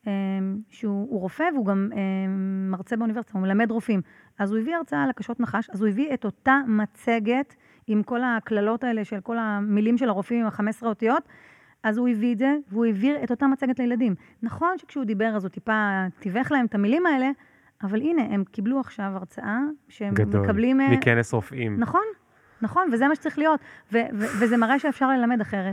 שהוא רופא והוא גם מרצה באוניברסיטה, הוא מלמד רופאים. אז הוא הביא הרצאה על הקשות נחש, אז הוא הביא את אותה מצגת עם כל הכללות האלה של כל המילים של הרופאים עם ה-חמש עשרה אותיות, אז הוא הביא את זה והוא העביר את אותה מצגת לילדים. נכון שכשהוא דיבר אז הוא טיפה תיווך להם את המילים האלה, אבל הנה, הם קיבלו עכשיו הרצאה שהם גדול, מקבלים... מכנס רופאים. נכון, נכון, וזה מה שצריך להיות, ו- ו- וזה מראה שאפשר ללמד אחרת.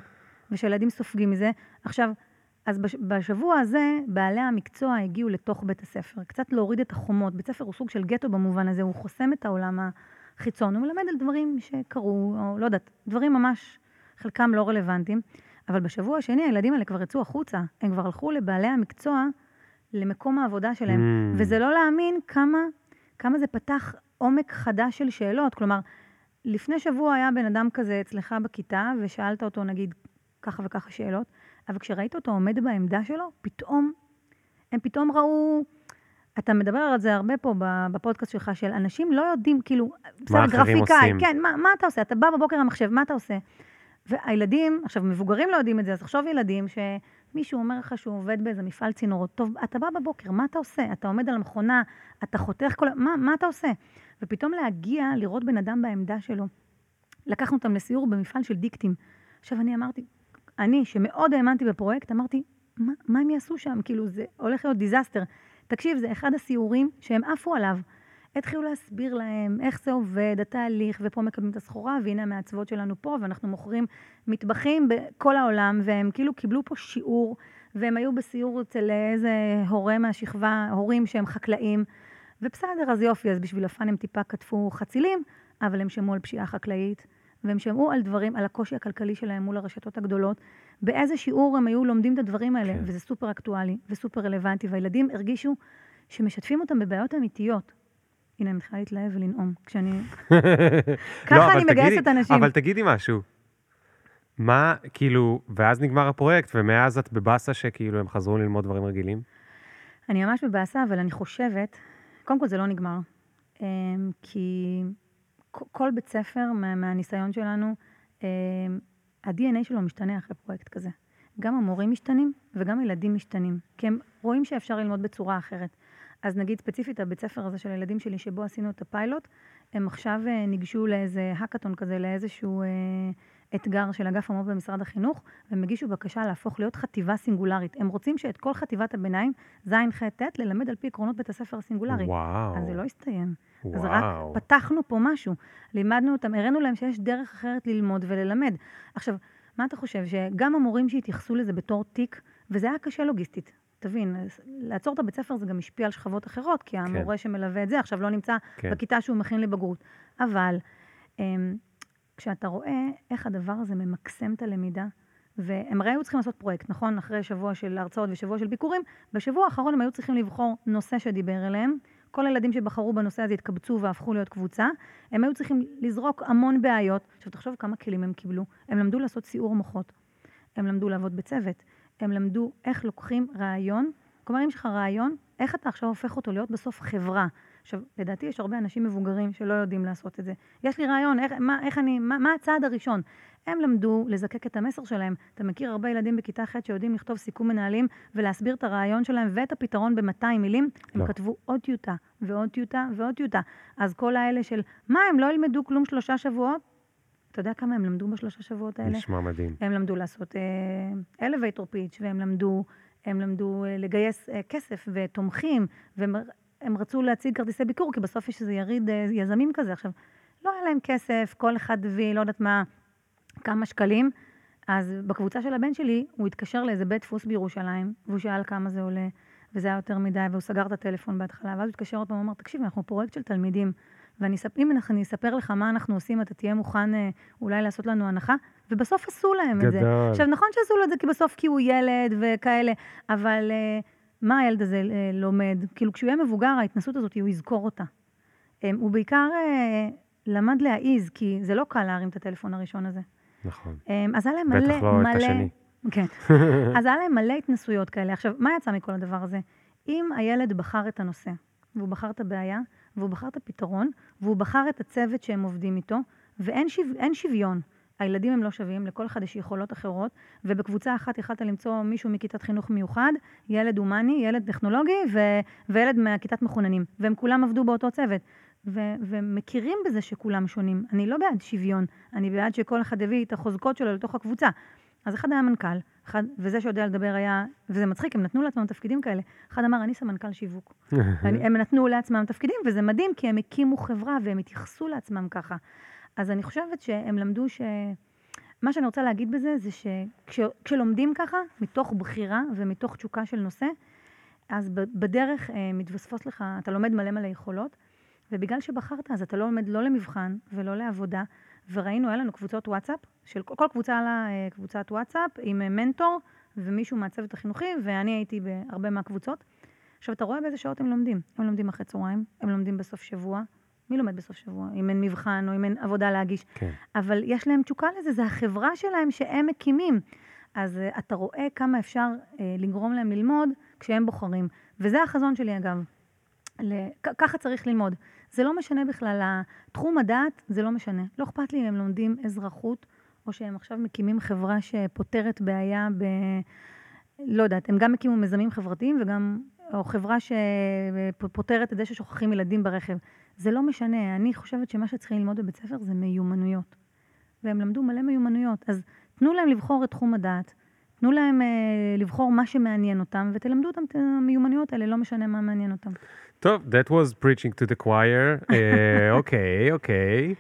ושילדים סופגים מזה. עכשיו, אז בשבוע הזה, בעלי המקצוע הגיעו לתוך בית הספר, קצת להוריד את החומות. בית ספר הוא סוג של גטו במובן הזה, הוא חוסם את העולם החיצון, הוא מלמד על דברים שקרו, או לא יודעת, דברים ממש, חלקם לא רלוונטיים, אבל בשבוע השני הילדים האלה כבר יצאו החוצה, הם כבר הלכו לבעלי המקצוע, למקום העבודה שלהם, mm. וזה לא להאמין כמה, כמה זה פתח עומק חדש של שאלות, כלומר, לפני שבוע היה בן אדם כזה אצלך בכיתה, ושאלת אותו נגיד ככה וככה שאלות, אבל כשראית אותו עומד בעמדה שלו, פתאום, הם פתאום ראו, אתה מדבר על זה הרבה פה בפודקאסט שלך, של אנשים לא יודעים, כאילו, מה אחרים עושים? כן, מה, מה אתה עושה? אתה בא בבוקר למחשב, מה אתה עושה? והילדים, עכשיו, מבוגרים לא יודעים את זה, אז תחשוב ילדים שמישהו אומר לך שהוא עובד באיזה מפעל צינורות, טוב, אתה בא בבוקר, מה אתה עושה? אתה עומד על המכונה, אתה חותך כל... מה, מה אתה עושה? ופתאום להגיע, לראות בן אדם בעמדה שלו. לקחנו אותם לסיור במפעל של דיקטים. עכשיו, אני אמרתי, אני, שמאוד האמנתי בפרויקט, אמרתי, מה, מה הם יעשו שם? כאילו, זה הולך להיות דיזסטר. תקשיב, זה אחד הסיורים שהם עפו עליו. התחילו להסביר להם איך זה עובד, התהליך, ופה מקבלים את הסחורה, והנה המעצבות שלנו פה, ואנחנו מוכרים מטבחים בכל העולם, והם כאילו קיבלו פה שיעור, והם היו בסיור אצל איזה הורה מהשכבה, הורים שהם חקלאים, ובסדר, אז יופי, אז בשביל הפן הם טיפה כתפו חצילים, אבל הם שמעו על פשיעה חקלאית, והם שמעו על דברים, על הקושי הכלכלי שלהם מול הרשתות הגדולות, באיזה שיעור הם היו לומדים את הדברים האלה, כן. וזה סופר אקטואלי וסופר רלוונטי, והילדים הרגישו שמשתפים אותם בבעיות אמיתיות. הנה, אני מתחילה להתלהב ולנאום, כשאני... ככה אני מגייסת את האנשים. אבל תגידי משהו. מה, כאילו, ואז נגמר הפרויקט, ומאז את בבאסה שכאילו הם חזרו ללמוד דברים רגילים? אני ממש בבאסה, אבל אני חושבת, קודם כל זה לא נגמר, כי כל בית ספר מה, מהניסיון שלנו, ה-די אן איי שלו משתנה אחרי פרויקט כזה. גם המורים משתנים וגם הילדים משתנים, כי הם רואים שאפשר ללמוד בצורה אחרת. אז נגיד ספציפית הבית ספר הזה של הילדים שלי, שבו עשינו את הפיילוט, הם עכשיו ניגשו לאיזה הקאטון כזה, לאיזשהו אה, אתגר של אגף המו"פ במשרד החינוך, והם הגישו בקשה להפוך להיות חטיבה סינגולרית. הם רוצים שאת כל חטיבת הביניים, זין ח' ט', ללמד על פי עקרונות בית הספר הסינגולרי. וואו. אז זה לא הסתיים. וואו. אז רק פתחנו פה משהו. לימדנו אותם, הראינו להם שיש דרך אחרת ללמוד וללמד. עכשיו, מה אתה חושב? שגם המורים שהתייחסו לזה בתור תיק, וזה היה קשה לוגיסטית. תבין, לעצור את הבית ספר זה גם משפיע על שכבות אחרות, כי המורה שמלווה את זה עכשיו לא נמצא בכיתה שהוא מכין לבגרות. אבל כשאתה רואה איך הדבר הזה ממקסם את הלמידה, והם הרי היו צריכים לעשות פרויקט, נכון? אחרי שבוע של הרצאות ושבוע של ביקורים, בשבוע האחרון הם היו צריכים לבחור נושא שדיבר אליהם, כל הילדים שבחרו בנושא הזה התקבצו והפכו להיות קבוצה, הם היו צריכים לזרוק המון בעיות. עכשיו תחשוב כמה כלים הם קיבלו. הם למדו לעשות סיעור מוחות, הם למדו לעבוד בצוות, הם למדו איך לוקחים רעיון, כלומר אם יש לך רעיון, איך אתה עכשיו הופך אותו להיות בסוף חברה. עכשיו, לדעתי יש הרבה אנשים מבוגרים שלא יודעים לעשות את זה. יש לי רעיון, איך, מה, איך אני, מה, מה הצעד הראשון? הם למדו לזקק את המסר שלהם. אתה מכיר הרבה ילדים בכיתה ח' שיודעים לכתוב סיכום מנהלים ולהסביר את הרעיון שלהם ואת הפתרון ב-מאתיים מילים, הם לא. כתבו עוד טיוטה ועוד טיוטה ועוד טיוטה. אז כל האלה של, מה, הם לא ילמדו כלום שלושה שבועות? אתה יודע כמה הם למדו בשלושה שבועות האלה? נשמע מדהים. הם למדו לעשות אה, elevator pitch, והם למדו, הם למדו אה, לגייס אה, כסף ותומכים, והם הם רצו להציג כרטיסי ביקור, כי בסוף יש איזה יריד אה, יזמים כזה. עכשיו, לא היה להם כסף, כל אחד הביא, לא יודעת מה, כמה שקלים. אז בקבוצה של הבן שלי, הוא התקשר לאיזה בית דפוס בירושלים, והוא שאל כמה זה עולה, וזה היה יותר מדי, והוא סגר את הטלפון בהתחלה, ואז הוא התקשר עוד פעם, הוא אמר, תקשיב, אנחנו פרויקט של תלמידים, ואני אם אני אספר לך מה אנחנו עושים, אתה תהיה מוכן אה, אולי לעשות לנו הנחה, ובסוף עשו להם גדול. את זה. עכשיו, נכון שעשו לו את זה, כי בסוף כי הוא ילד וכאלה, אבל אה, מה הילד הזה אה, לומד? כאילו, כשהוא יהיה מבוגר, ההתנסות הזאת, הוא יזכור אותה. אה, הוא בעיקר אה, למד להעיז, כי זה לא קל להרים את הטלפון הראשון הזה. נכון. אה, אז היה להם מלא... בטח לא מלא, את השני. כן. אז היה להם מלא התנסויות כאלה. עכשיו, מה יצא מכל הדבר הזה? אם הילד בחר את הנושא, והוא בחר את הבעיה, והוא בחר את הפתרון, והוא בחר את הצוות שהם עובדים איתו, ואין שו... אין שוויון. הילדים הם לא שווים, לכל אחד יש יכולות אחרות, ובקבוצה אחת יכולת למצוא מישהו מכיתת חינוך מיוחד, ילד הומני, ילד טכנולוגי, ו... וילד מהכיתת מחוננים, והם כולם עבדו באותו צוות. ו... ומכירים בזה שכולם שונים. אני לא בעד שוויון, אני בעד שכל אחד הביא את החוזקות שלו לתוך הקבוצה. אז אחד היה מנכ"ל, אחד, וזה שיודע לדבר היה, וזה מצחיק, הם נתנו לעצמם תפקידים כאלה. אחד אמר, אני סמנכ"ל שיווק. הם נתנו לעצמם תפקידים, וזה מדהים, כי הם הקימו חברה, והם התייחסו לעצמם ככה. אז אני חושבת שהם למדו ש... מה שאני רוצה להגיד בזה, זה שכשלומדים ככה, מתוך בחירה ומתוך תשוקה של נושא, אז בדרך מתווספות לך, אתה לומד מלא מלא יכולות, ובגלל שבחרת, אז אתה לא לומד לא למבחן ולא לעבודה, וראינו, היה לנו קבוצות וואטסאפ, של כל קבוצה עלה קבוצת וואטסאפ, עם מנטור ומישהו מהצוות החינוכי, ואני הייתי בהרבה מהקבוצות. עכשיו, אתה רואה באיזה שעות הם לומדים. הם לומדים אחרי צהריים, הם לומדים בסוף שבוע. מי לומד בסוף שבוע? אם אין מבחן או אם אין עבודה להגיש. כן. אבל יש להם תשוקה לזה, זה החברה שלהם שהם מקימים. אז uh, אתה רואה כמה אפשר uh, לגרום להם ללמוד כשהם בוחרים. וזה החזון שלי, אגב. לכ- ככה צריך ללמוד. זה לא משנה בכלל, תחום הדעת זה לא משנה. לא אכפת לי אם הם לומדים אזרחות, או שהם עכשיו מקימים חברה שפותרת בעיה ב... לא יודעת, הם גם מקימו מיזמים חברתיים, וגם, או חברה שפותרת את זה ששוכחים ילדים ברכב. זה לא משנה. אני חושבת שמה שצריכים ללמוד בבית ספר זה מיומנויות. והם למדו מלא מיומנויות. אז תנו להם לבחור את תחום הדעת, תנו להם אה, לבחור מה שמעניין אותם, ותלמדו אותם את המיומנויות האלה, לא משנה מה מעניין אותם. טוב, that was preaching to the choir. אוקיי, אוקיי.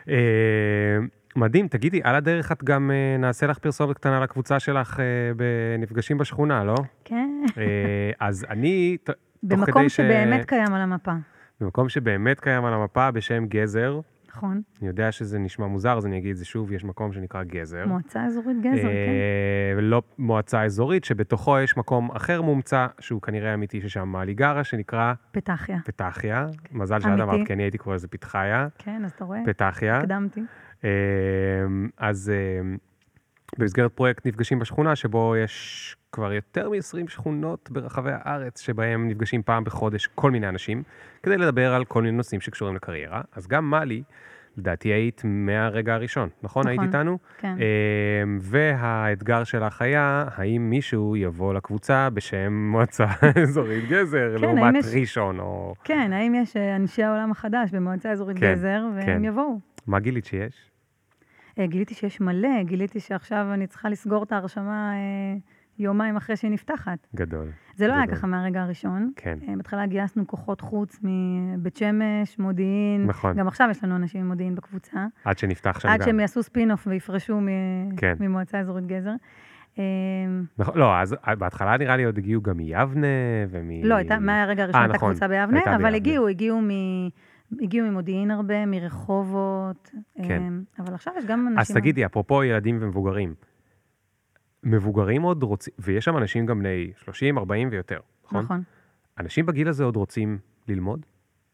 מדהים, תגידי, על הדרך את גם uh, נעשה לך פרסומת קטנה לקבוצה שלך uh, בנפגשים בשכונה, לא? כן. Uh, אז אני, ת, במקום שבאמת ש... קיים על המפה. במקום שבאמת קיים על המפה בשם גזר. נכון. אני יודע שזה נשמע מוזר, אז אני אגיד את זה שוב, יש מקום שנקרא גזר. מועצה אזורית גזר, uh, כן. לא מועצה אזורית, שבתוכו יש מקום אחר מומצא, שהוא כנראה אמיתי ששם מעלי גרה, שנקרא... פתחיה. פתחיה. מזל שעד אמרת, כי אני הייתי קורא לזה פתחיה. כן, אז אתה רואה? פתחיה. הקדמתי. אז במסגרת פרויקט נפגשים בשכונה, שבו יש כבר יותר מ-עשרים שכונות ברחבי הארץ, שבהם נפגשים פעם בחודש כל מיני אנשים, כדי לדבר על כל מיני נושאים שקשורים לקריירה. אז גם מלי, לדעתי היית מהרגע הראשון, נכון? היית איתנו? כן. והאתגר שלך היה, האם מישהו יבוא לקבוצה בשם מועצה אזורית גזר, לעומת ראשון או... כן, האם יש אנשי העולם החדש במועצה אזורית גזר, והם יבואו. מה גילית שיש? גיליתי שיש מלא, גיליתי שעכשיו אני צריכה לסגור את ההרשמה יומיים אחרי שהיא נפתחת. גדול. זה לא היה ככה מהרגע הראשון. כן. בהתחלה גייסנו כוחות חוץ מבית שמש, מודיעין. נכון. גם עכשיו יש לנו אנשים ממודיעין בקבוצה. עד שנפתח שם גם. עד שהם יעשו ספין-אוף ויפרשו ממועצה אזורית גזר. נכון, לא, אז בהתחלה נראה לי עוד הגיעו גם מיבנה ומ... לא, מהרגע הראשון הייתה קבוצה ביבנה, אבל הגיעו, הגיעו מ... הגיעו ממודיעין הרבה, מרחובות, כן. אבל עכשיו יש גם אנשים... אז תגידי, אפרופו ילדים ומבוגרים, מבוגרים עוד רוצים, ויש שם אנשים גם בני שלושים, ארבעים ויותר, נכון? נכון. אנשים בגיל הזה עוד רוצים ללמוד?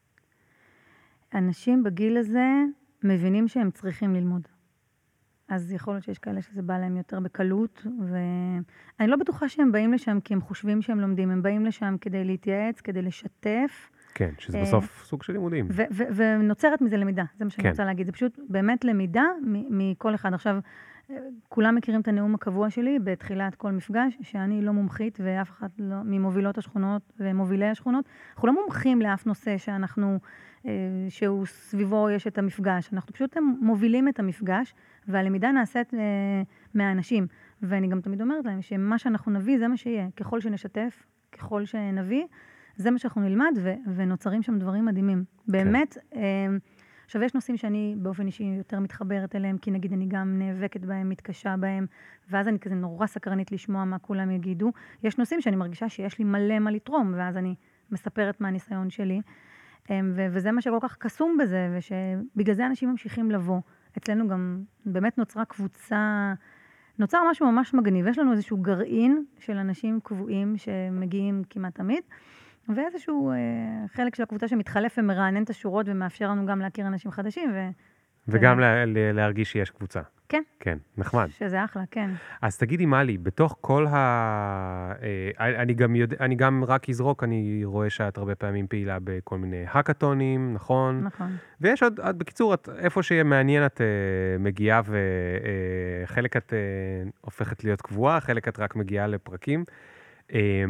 אנשים בגיל הזה מבינים שהם צריכים ללמוד. אז יכול להיות שיש כאלה שזה בא להם יותר בקלות, ואני לא בטוחה שהם באים לשם כי הם חושבים שהם לומדים, הם באים לשם כדי להתייעץ, כדי לשתף, כן, שזה בסוף סוג של לימודים. ונוצרת מזה למידה, זה מה שאני רוצה להגיד. זה פשוט באמת למידה מכל אחד. עכשיו, כולם מכירים את הנאום הקבוע שלי בתחילת כל מפגש, שאני לא מומחית ואף אחד לא, ממובילות השכונות ומובילי השכונות. אנחנו לא מומחים לאף נושא שאנחנו, שהוא סביבו יש את המפגש. אנחנו פשוט מובילים את המפגש, והלמידה נעשית מהאנשים. ואני גם תמיד אומרת להם שמה שאנחנו נביא זה מה שיהיה. ככל שנשתף, ככל שנביא, זה מה שאנחנו נלמד, ו- ונוצרים שם דברים מדהימים. באמת, כן. עכשיו יש נושאים שאני באופן אישי יותר מתחברת אליהם, כי נגיד אני גם נאבקת בהם, מתקשה בהם, ואז אני כזה נורא סקרנית לשמוע מה כולם יגידו. יש נושאים שאני מרגישה שיש לי מלא מה לתרום, ואז אני מספרת מהניסיון שלי, ו- וזה מה שכל כך קסום בזה, ושבגלל זה אנשים ממשיכים לבוא. אצלנו גם באמת נוצרה קבוצה, נוצר משהו ממש מגניב. יש לנו איזשהו גרעין של אנשים קבועים שמגיעים כמעט תמיד, ואיזשהו אה, חלק של הקבוצה שמתחלף ומרענן את השורות ומאפשר לנו גם להכיר אנשים חדשים. ו... וגם ו... לה, להרגיש שיש קבוצה. כן. כן, נחמד. שזה אחלה, כן. אז תגידי, מלי, בתוך כל ה... אה, אני, גם יודע, אני גם רק אזרוק, אני רואה שאת הרבה פעמים פעילה בכל מיני הקאטונים, נכון? נכון. ויש עוד, את, בקיצור, את, איפה שיהיה מעניין את אה, מגיעה, וחלק אה, את אה, הופכת להיות קבועה, חלק את רק מגיעה לפרקים. אה,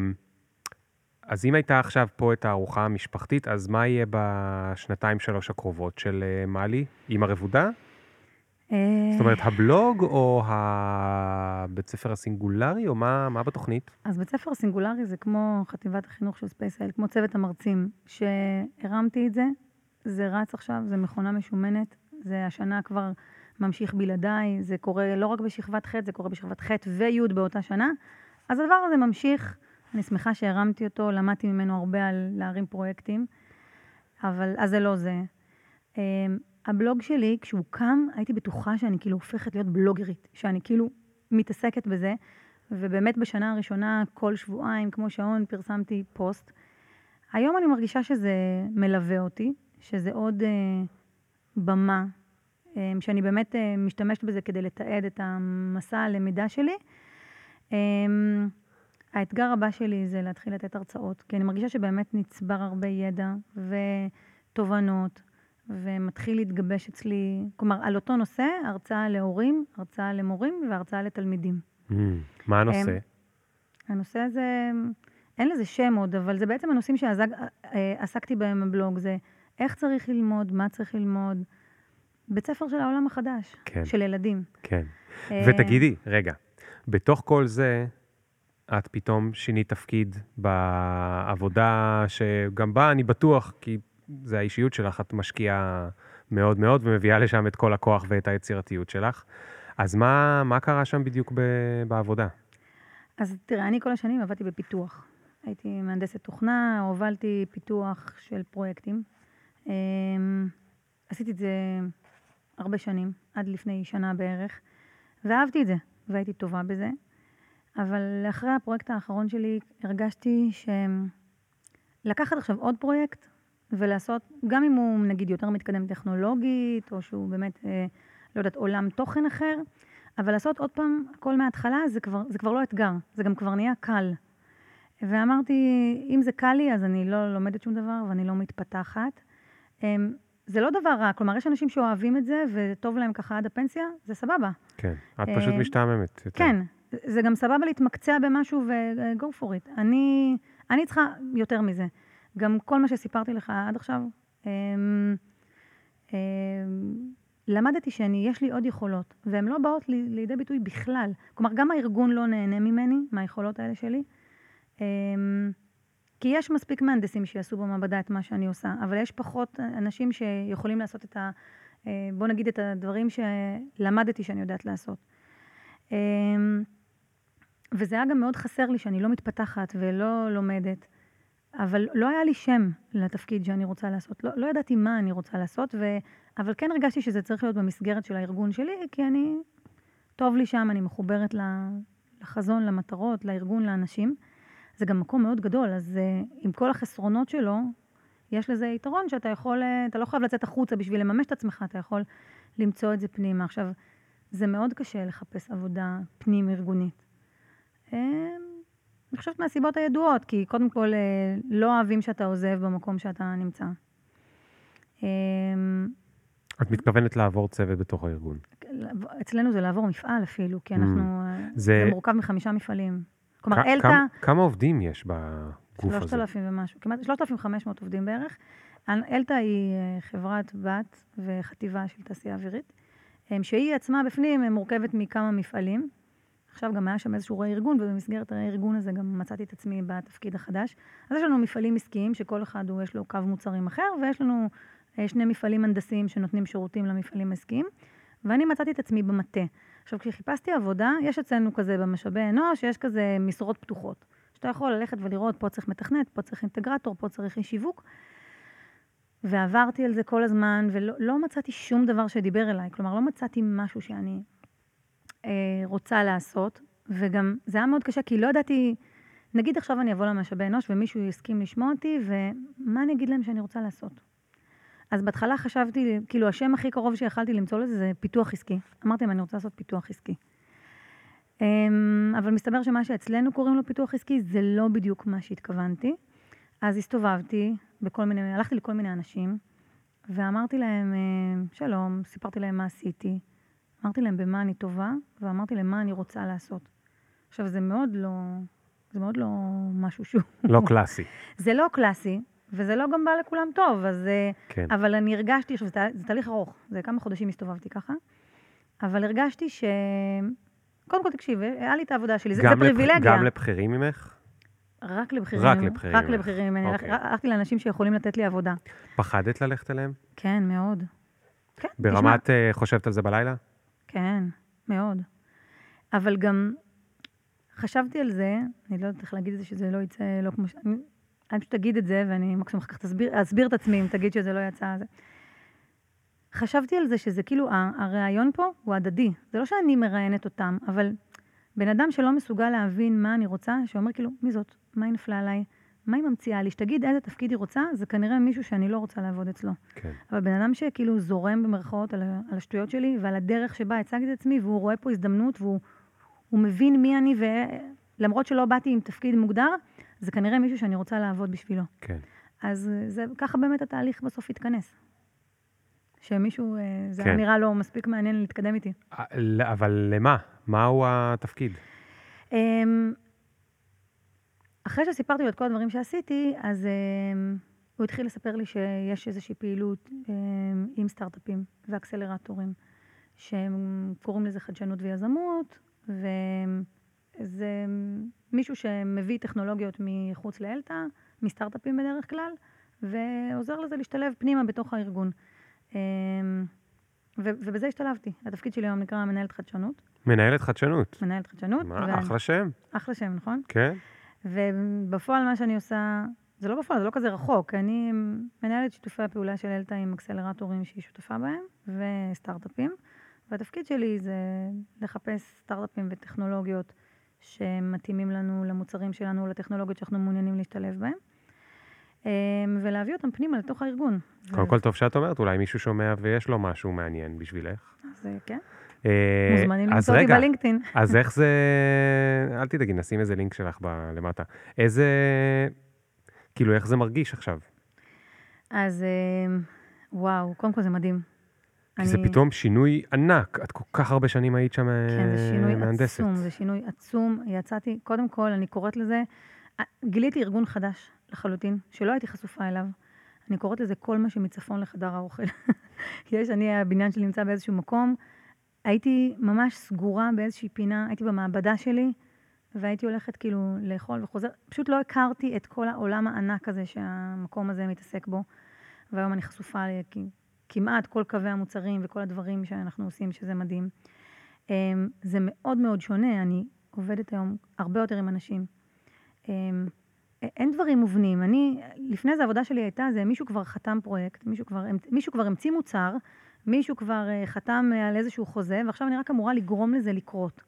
אז אם הייתה עכשיו פה את הארוחה המשפחתית, אז מה יהיה בשנתיים שלוש הקרובות של מלי? עם הרבודה? זאת אומרת, הבלוג או הבית ספר הסינגולרי, או מה, מה בתוכנית? אז בית ספר הסינגולרי זה כמו חטיבת החינוך של ספייסל, כמו צוות המרצים, שהרמתי את זה, זה רץ עכשיו, זה מכונה משומנת, זה השנה כבר ממשיך בלעדיי, זה קורה לא רק בשכבת ח', זה קורה בשכבת ח' וי' באותה שנה, אז הדבר הזה ממשיך, אני שמחה שהרמתי אותו, למדתי ממנו הרבה על להרים פרויקטים, אבל אז זה לא זה. הבלוג שלי, כשהוא קם, הייתי בטוחה שאני כאילו הופכת להיות בלוגרית, שאני כאילו מתעסקת בזה, ובאמת בשנה הראשונה, כל שבועיים, כמו שעון, פרסמתי פוסט. היום אני מרגישה שזה מלווה אותי, שזה עוד אה, במה, אה, שאני באמת אה, משתמשת בזה כדי לתעד את המסע הלמידה שלי. אה, האתגר הבא שלי זה להתחיל לתת הרצאות, כי אני מרגישה שבאמת נצבר הרבה ידע ותובנות, ומתחיל להתגבש אצלי, כלומר, על אותו נושא, הרצאה להורים, הרצאה למורים והרצאה לתלמידים. Mm, מה הנושא? הנושא הזה, אין לזה שם עוד, אבל זה בעצם הנושאים שעסקתי בהם בבלוג, זה איך צריך ללמוד, מה צריך ללמוד, בית ספר של העולם החדש, כן. של ילדים. כן. ותגידי, רגע, בתוך כל זה, את פתאום שינית תפקיד בעבודה שגם בה אני בטוח, כי זה האישיות שלך, את משקיעה מאוד מאוד ומביאה לשם את כל הכוח ואת היצירתיות שלך. אז מה, מה קרה שם בדיוק ב, בעבודה? אז תראה, אני כל השנים עבדתי בפיתוח. הייתי מהנדסת תוכנה, הובלתי פיתוח של פרויקטים. עשיתי את זה הרבה שנים, עד לפני שנה בערך, ואהבתי את זה, והייתי טובה בזה. אבל אחרי הפרויקט האחרון שלי, הרגשתי שלקחת עכשיו עוד פרויקט, ולעשות, גם אם הוא נגיד יותר מתקדם טכנולוגית, או שהוא באמת, אה, לא יודעת, עולם תוכן אחר, אבל לעשות עוד פעם הכל מההתחלה, זה כבר, זה כבר לא אתגר, זה גם כבר נהיה קל. ואמרתי, אם זה קל לי, אז אני לא לומדת שום דבר, ואני לא מתפתחת. אה, זה לא דבר רע, כלומר, יש אנשים שאוהבים את זה, וטוב להם ככה עד הפנסיה, זה סבבה. כן, את פשוט אה, משתעממת. יותר. כן, זה גם סבבה להתמקצע במשהו ו-go for it. אני, אני צריכה יותר מזה. גם כל מה שסיפרתי לך עד עכשיו, למדתי שאני, יש לי עוד יכולות, והן לא באות לי, לידי ביטוי בכלל. כלומר, גם הארגון לא נהנה ממני, מהיכולות האלה שלי, כי יש מספיק מהנדסים שיעשו במעבדה את מה שאני עושה, אבל יש פחות אנשים שיכולים לעשות את ה... בוא נגיד את הדברים שלמדתי שאני יודעת לעשות. וזה היה גם מאוד חסר לי שאני לא מתפתחת ולא לומדת. אבל לא היה לי שם לתפקיד שאני רוצה לעשות. לא, לא ידעתי מה אני רוצה לעשות, ו... אבל כן הרגשתי שזה צריך להיות במסגרת של הארגון שלי, כי אני, טוב לי שם, אני מחוברת לחזון, למטרות, לארגון, לאנשים. זה גם מקום מאוד גדול, אז עם כל החסרונות שלו, יש לזה יתרון שאתה יכול, אתה לא חייב לצאת החוצה בשביל לממש את עצמך, אתה יכול למצוא את זה פנימה. עכשיו, זה מאוד קשה לחפש עבודה פנים ארגונית. אני חושבת מהסיבות הידועות, כי קודם כל לא אוהבים שאתה עוזב במקום שאתה נמצא. את מתכוונת לעבור צוות בתוך הארגון? אצלנו זה לעבור מפעל אפילו, כי אנחנו, זה מורכב מחמישה מפעלים. כלומר, אלטה... כמה עובדים יש בגוף הזה? שלושת אלפים ומשהו, כמעט שלושת אלפים וחמש מאות עובדים בערך. אלטה היא חברת בת וחטיבה של תעשייה אווירית, שהיא עצמה בפנים מורכבת מכמה מפעלים. עכשיו גם היה שם איזשהו ארגון, ובמסגרת הארגון הזה גם מצאתי את עצמי בתפקיד החדש. אז יש לנו מפעלים עסקיים, שכל אחד הוא יש לו קו מוצרים אחר, ויש לנו שני מפעלים הנדסיים שנותנים שירותים למפעלים עסקיים, ואני מצאתי את עצמי במטה. עכשיו, כשחיפשתי עבודה, יש אצלנו כזה במשאבי אנוש, יש כזה משרות פתוחות, שאתה יכול ללכת ולראות, פה צריך מתכנת, פה צריך אינטגרטור, פה צריך איש שיווק, ועברתי על זה כל הזמן, ולא לא מצאתי שום דבר שדיבר אליי, כלומר, לא מצאתי משהו שאני אה, רוצה לעשות, וגם זה היה מאוד קשה, כי לא ידעתי, נגיד עכשיו אני אבוא למשאבי אנוש, ומישהו יסכים לשמוע אותי, ומה אני אגיד להם שאני רוצה לעשות? אז בהתחלה חשבתי, כאילו השם הכי קרוב שיכלתי למצוא לזה, זה פיתוח עסקי. אמרתי להם, אני רוצה לעשות פיתוח עסקי. אבל מסתבר שמה שאצלנו קוראים לו פיתוח עסקי, זה לא בדיוק מה שהתכוונתי. אז הסתובבתי בכל מיני, הלכתי לכל מיני אנשים, ואמרתי להם, שלום, סיפרתי להם מה עשיתי, אמרתי להם במה אני טובה, ואמרתי להם מה אני רוצה לעשות. עכשיו, זה מאוד לא, זה מאוד לא משהו שהוא... לא קלאסי. זה לא קלאסי. וזה לא גם בא לכולם טוב, אז... כן. אבל אני הרגשתי, עכשיו, זה, זה תהליך ארוך, זה כמה חודשים הסתובבתי ככה, אבל הרגשתי ש... קודם כל תקשיב, היה לי את העבודה שלי, זה, זה פריבילגיה. גם לבחירים ממך? רק לבחירים. רק לבחירים. רק לבחירים ממני. אוקיי. הלכתי לאנשים שיכולים לתת לי עבודה. פחדת ללכת אליהם? כן, מאוד. כן, ברמת תשמע. חושבת על זה בלילה? כן, מאוד. אבל גם חשבתי על זה, אני לא יודעת איך להגיד את זה, שזה לא יצא לא כמו ש... אני, אני פשוט אגיד את זה, ואני מקסימום אחר כך תסביר, אסביר את עצמי אם תגיד שזה לא יצא. זה. חשבתי על זה שזה כאילו, הרעיון פה הוא הדדי. זה לא שאני מראיינת אותם, אבל בן אדם שלא מסוגל להבין מה אני רוצה, שאומר כאילו, מי זאת? מה היא נפלה עליי? מה היא ממציאה לי? שתגיד איזה תפקיד היא רוצה, זה כנראה מישהו שאני לא רוצה לעבוד אצלו. כן. אבל בן אדם שכאילו זורם במרכאות על, על השטויות שלי, ועל הדרך שבה הצגתי את עצמי, והוא רואה פה הזדמנות, והוא הוא מבין מי אני, ולמרות שלא באתי עם תפקיד מוגדר, זה כנראה מישהו שאני רוצה לעבוד בשבילו. כן. אז זה, ככה באמת התהליך בסוף יתכנס. שמישהו, זה כן. נראה לו מספיק מעניין להתקדם איתי. אבל למה? מהו התפקיד? אחרי שסיפרתי לו את כל הדברים שעשיתי, אז הוא התחיל לספר לי שיש איזושהי פעילות עם סטארט-אפים ואקסלרטורים, שהם קוראים לזה חדשנות ויזמות, וזה מישהו שמביא טכנולוגיות מחוץ לאלטה, מסטארט-אפים בדרך כלל, ועוזר לזה להשתלב פנימה בתוך הארגון. ובזה השתלבתי. התפקיד שלי היום נקרא מנהלת חדשנות. מנהלת חדשנות? מנהלת חדשנות. מה, אחלה שם. אחלה שם, נכון? כן. ובפועל מה שאני עושה, זה לא בפועל, זה לא כזה רחוק. אני מנהלת שיתופי הפעולה של אלטה עם אקסלרטורים שהיא שותפה בהם, וסטארט-אפים. והתפקיד שלי זה לחפש סטארט-אפים וטכנולוגיות שמתאימים לנו למוצרים שלנו, לטכנולוגיות שאנחנו מעוניינים להשתלב בהם, ולהביא אותם פנימה לתוך הארגון. קודם כל טוב שאת אומרת, אולי מישהו שומע ויש לו משהו מעניין בשבילך. אז כן. מוזמנים למצוא אותי בלינקדאין. אז איך זה, אל תדאגי, נשים איזה לינק שלך למטה. איזה, כאילו איך זה מרגיש עכשיו? אז וואו, קודם כל זה מדהים. כי זה פתאום שינוי ענק, את כל כך הרבה שנים היית שם מהנדסת. כן, זה שינוי עצום, זה שינוי עצום. יצאתי, קודם כל, אני קוראת לזה, גיליתי ארגון חדש לחלוטין, שלא הייתי חשופה אליו. אני קוראת לזה כל מה שמצפון לחדר האוכל. יש, אני, הבניין שלי נמצא באיזשהו מקום, הייתי ממש סגורה באיזושהי פינה, הייתי במעבדה שלי, והייתי הולכת כאילו לאכול וחוזר. פשוט לא הכרתי את כל העולם הענק הזה שהמקום הזה מתעסק בו, והיום אני חשופה כמעט כל קווי המוצרים וכל הדברים שאנחנו עושים, שזה מדהים. זה מאוד מאוד שונה, אני עובדת היום הרבה יותר עם אנשים. אין דברים מובנים. אני, לפני זה העבודה שלי הייתה, זה מישהו כבר חתם פרויקט, מישהו כבר, מישהו כבר המציא מוצר, מישהו כבר חתם על איזשהו חוזה, ועכשיו אני רק אמורה לגרום לזה לקרות.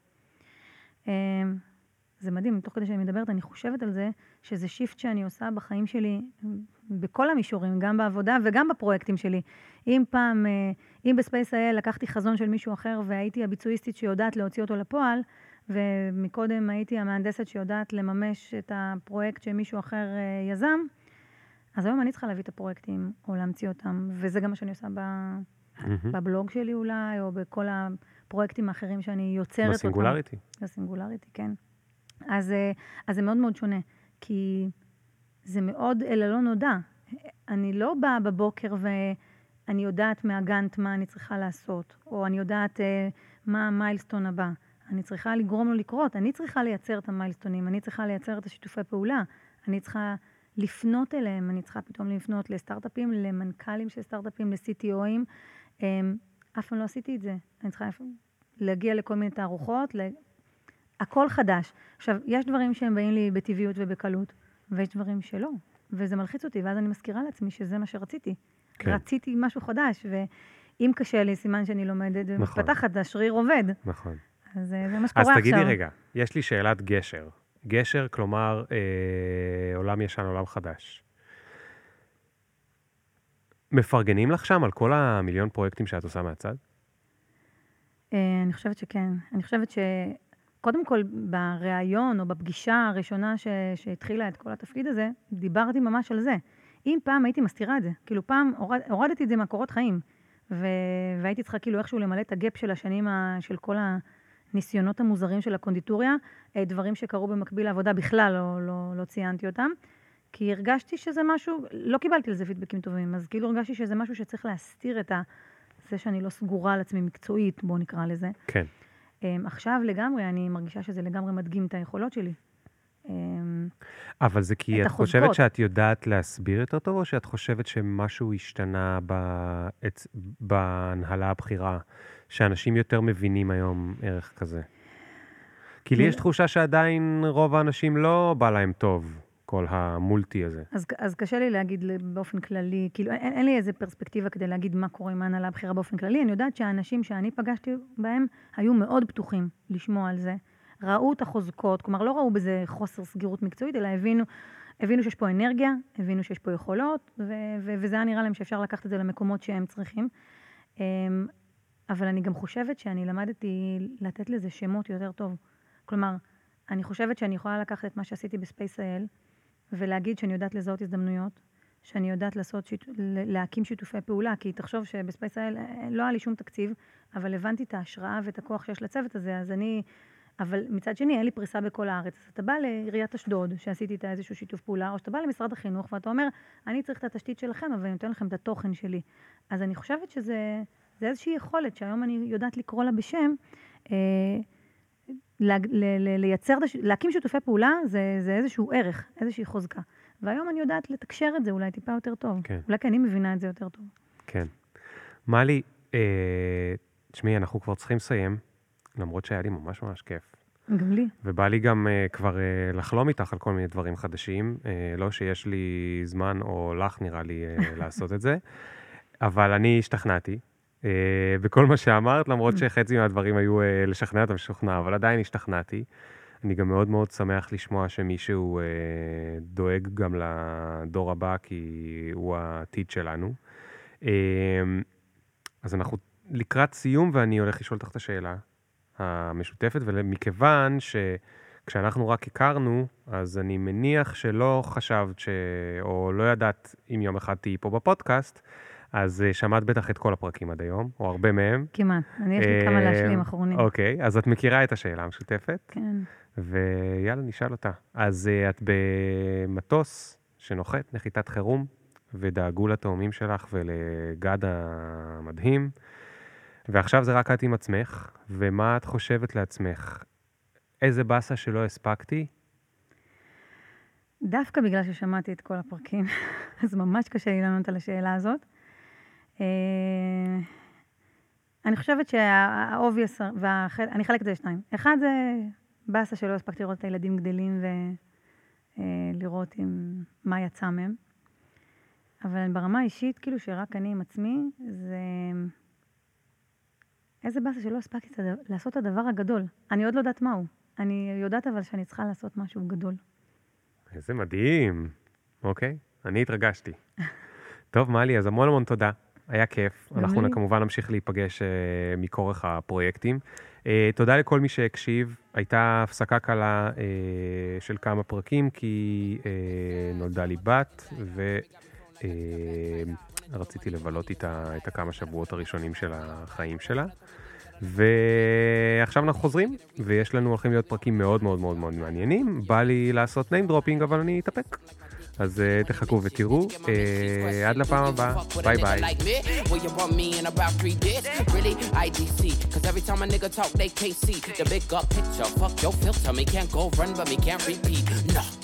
זה מדהים, תוך כדי שאני מדברת, אני חושבת על זה, שזה שיפט שאני עושה בחיים שלי, בכל המישורים, גם בעבודה וגם בפרויקטים שלי. אם פעם, אם בספייס איי אל לקחתי חזון של מישהו אחר, והייתי הביצועיסטית שיודעת להוציא אותו לפועל, ומקודם הייתי המהנדסת שיודעת לממש את הפרויקט שמישהו אחר יזם, אז היום אני צריכה להביא את הפרויקטים, או להמציא אותם, וזה גם מה שאני עושה בבלוג שלי אולי, או בכל הפרויקטים האחרים שאני יוצרת אותם. בסינגולריטי. בסינגולריטי, כן. אז, אז זה מאוד מאוד שונה, כי זה מאוד אל הלא נודע. אני לא באה בבוקר ואני יודעת מהגנט מה אני צריכה לעשות, או אני יודעת מה המיילסטון הבא. אני צריכה לגרום לו לקרות, אני צריכה לייצר את המיילסטונים, אני צריכה לייצר את השיתופי פעולה, אני צריכה לפנות אליהם, אני צריכה פתאום לפנות לסטארט-אפים, למנכ"לים של סטארט-אפים, ל-סי טי או-ים. אף פעם לא עשיתי את זה. אני צריכה להגיע לכל מיני תערוכות, הכל חדש. עכשיו, יש דברים שהם באים לי בטבעיות ובקלות, ויש דברים שלא, וזה מלחיץ אותי, ואז אני מזכירה לעצמי שזה מה שרציתי. כן. רציתי משהו חדש, ואם קשה לי, סימן שאני לומדת ומתפתחת, השריר עובד. נכון. אז זה מה שקורה עכשיו. אז תגידי רגע, יש לי שאלת גשר. גשר, כלומר, אה, עולם ישן, עולם חדש. מפרגנים לך שם על כל המיליון פרויקטים שאת עושה מהצד? אה, אני חושבת שכן. אני חושבת ש... קודם כל, בריאיון או בפגישה הראשונה ש... שהתחילה את כל התפקיד הזה, דיברתי ממש על זה. אם פעם הייתי מסתירה את זה, כאילו פעם הורד... הורדתי את זה מהקורות חיים, ו... והייתי צריכה כאילו איכשהו למלא את הגאפ של השנים ה... של כל הניסיונות המוזרים של הקונדיטוריה, דברים שקרו במקביל לעבודה בכלל, לא, לא, לא ציינתי אותם, כי הרגשתי שזה משהו, לא קיבלתי לזה פידבקים טובים, אז כאילו הרגשתי שזה משהו שצריך להסתיר את ה... זה שאני לא סגורה על עצמי מקצועית, בוא נקרא לזה. כן. עכשיו לגמרי, אני מרגישה שזה לגמרי מדגים את היכולות שלי. אבל זה כי את חושבת שאת יודעת להסביר יותר טוב, או שאת חושבת שמשהו השתנה בהנהלה הבחירה, שאנשים יותר מבינים היום ערך כזה? כי לי יש תחושה שעדיין רוב האנשים לא בא להם טוב, כל המולטי הזה. אז, אז קשה לי להגיד באופן כללי, כאילו אין, אין לי איזה פרספקטיבה כדי להגיד מה קורה עם ההנהלה הבחירה באופן כללי. אני יודעת שהאנשים שאני פגשתי בהם היו מאוד פתוחים לשמוע על זה. ראו את החוזקות, כלומר לא ראו בזה חוסר סגירות מקצועית, אלא הבינו, הבינו שיש פה אנרגיה, הבינו שיש פה יכולות, ו- ו- וזה היה נראה להם שאפשר לקחת את זה למקומות שהם צריכים. אבל אני גם חושבת שאני למדתי לתת לזה שמות יותר טוב. כלומר, אני חושבת שאני יכולה לקחת את מה שעשיתי בספייס-איי-אל, ולהגיד שאני יודעת לזהות הזדמנויות, שאני יודעת לעשות שיט... להקים שיתופי פעולה, כי תחשוב שבספייס-איי-אל לא היה לי שום תקציב, אבל הבנתי את ההשראה ואת הכוח שיש לצוות הזה, אז אני... אבל מצד שני, אין לי פריסה בכל הארץ. אז אתה בא לעיריית אשדוד, שעשיתי איתה איזשהו שיתוף פעולה, או שאתה בא למשרד החינוך, ואתה אומר, אני צריך את התשתית שלכם, אבל אני נותן לכם את התוכן שלי. אז אני חושבת שזה זה איזושהי יכולת, שהיום אני יודעת לקרוא לה בשם, אה, ל, ל, ל, לייצר, להקים שיתופי פעולה, זה, זה איזשהו ערך, איזושהי חוזקה. והיום אני יודעת לתקשר את זה אולי טיפה יותר טוב. כן. אולי כי אני מבינה את זה יותר טוב. כן. מלי, אה, תשמעי, אנחנו כבר צריכים לסיים, למרות שהיה לי ממש ממש כיף. גם לי. ובא לי גם uh, כבר uh, לחלום איתך על כל מיני דברים חדשים. Uh, לא שיש לי זמן, או לך נראה לי uh, לעשות את זה, אבל אני השתכנעתי uh, בכל מה שאמרת, למרות שחצי מהדברים היו uh, לשכנע את המשוכנע, אבל עדיין השתכנעתי. אני גם מאוד מאוד שמח לשמוע שמישהו uh, דואג גם לדור הבא, כי הוא העתיד שלנו. Uh, אז אנחנו לקראת סיום, ואני הולך לשאול אותך את השאלה. המשותפת, ומכיוון שכשאנחנו רק הכרנו, אז אני מניח שלא חשבת ש... או לא ידעת אם יום אחד תהי פה בפודקאסט, אז שמעת בטח את כל הפרקים עד היום, או הרבה מהם. כמעט, אני יש לי כמה להשלים אחרונים. אוקיי, אז את מכירה את השאלה המשותפת. כן. ויאללה, נשאל אותה. אז את במטוס שנוחת, נחיתת חירום, ודאגו לתאומים שלך ולגד המדהים, ועכשיו זה רק את עם עצמך, ומה את חושבת לעצמך? איזה בסה שלא הספקתי? דווקא בגלל ששמעתי את כל הפרקים, אז ממש קשה לי לענות על השאלה הזאת. אני חושבת שהאובייס, אני חלק את זה לשניים. אחד זה בסה שלא הספקתי לראות את הילדים גדלים ולראות מה יצא מהם. אבל ברמה האישית, כאילו שרק אני עם עצמי, זה... איזה בסה שלא הספקתי לעשות את הדבר הגדול. אני עוד לא יודעת מהו. אני יודעת אבל שאני צריכה לעשות משהו גדול. איזה מדהים. אוקיי, אני התרגשתי. טוב, מלי, אז המון המון תודה. היה כיף. אנחנו לי. כמובן נמשיך להיפגש uh, מכורך הפרויקטים. Uh, תודה לכל מי שהקשיב. הייתה הפסקה קלה uh, של כמה פרקים, כי uh, נולדה לי בת, ו... Uh, רציתי לבלות איתה את הכמה שבועות הראשונים של החיים שלה. ועכשיו אנחנו חוזרים, ויש לנו הולכים להיות פרקים מאוד מאוד מאוד מאוד מעניינים. בא לי לעשות name dropping, אבל אני אתאפק. אז uh, תחכו ותראו. Uh, עד לפעם הבאה. ביי ביי. Will you want me in about three days? Really? I D C. Cause every time a nigga talk, they can't see the big up picture. Fuck your filter, me can't go run, but me can't repeat. No.